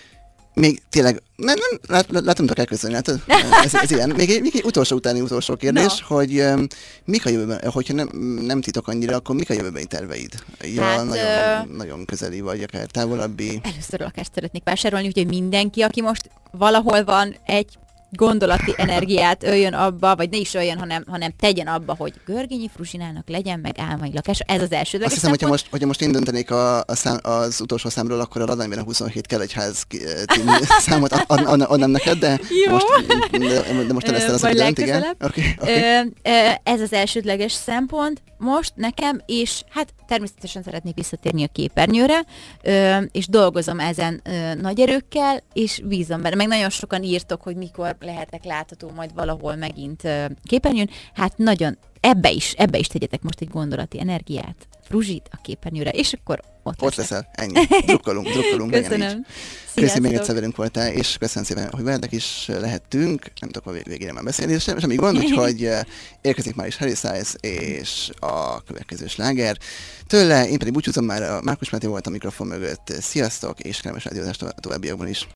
Még tényleg, nem, nem, lát, látom, hogy elköszönni, látod? Ez, ez ilyen. Még egy, még egy utolsó utáni utolsó kérdés, no. hogy um, mik a jövőben, hogyha nem, nem titok annyira, akkor mik a jövőbeni terveid? Ja, hát, nagyon, ö... nagyon közeli vagy, akár távolabbi. Először lakást szeretnék vásárolni, úgyhogy mindenki, aki most valahol van, egy gondolati energiát öljön abba, vagy ne is öljön, hanem, hanem tegyen abba, hogy Görgényi Fruzsinának legyen meg álmai lakás. Ez az első. Azt hiszem, hogyha most, hogyha most én döntenék a, a szám, az utolsó számról, akkor a Radányban a huszonhét kell egy ház című számot adnám neked, de jó. most, de, de most te leszel az, hogy dönt, igen. Okay, okay. Ez az elsődleges szempont most nekem, és hát természetesen szeretnék visszatérni a képernyőre, és dolgozom ezen nagy erőkkel, és bízom benne. Meg nagyon sokan írtok, hogy mikor lehetek látható majd valahol megint képernyőn. Hát nagyon, ebbe is, ebbe is tegyetek most egy gondolati energiát. Fruzsit a képernyőre, és akkor ott, ott leszel. Ennyi. Drukkolunk, drukkolunk. Köszönöm. Köszönöm, még egyszer velünk voltál, és köszönöm szépen, hogy veletek is lehettünk. Nem tudok a végére már beszélni, és semmi gond, úgyhogy érkezik már is Harry Styles és a következő sláger. Tőle én pedig búcsúzom, már a Márkus Máté volt a mikrofon mögött. Sziasztok, és kellemes rádiózást a továbbiakban is.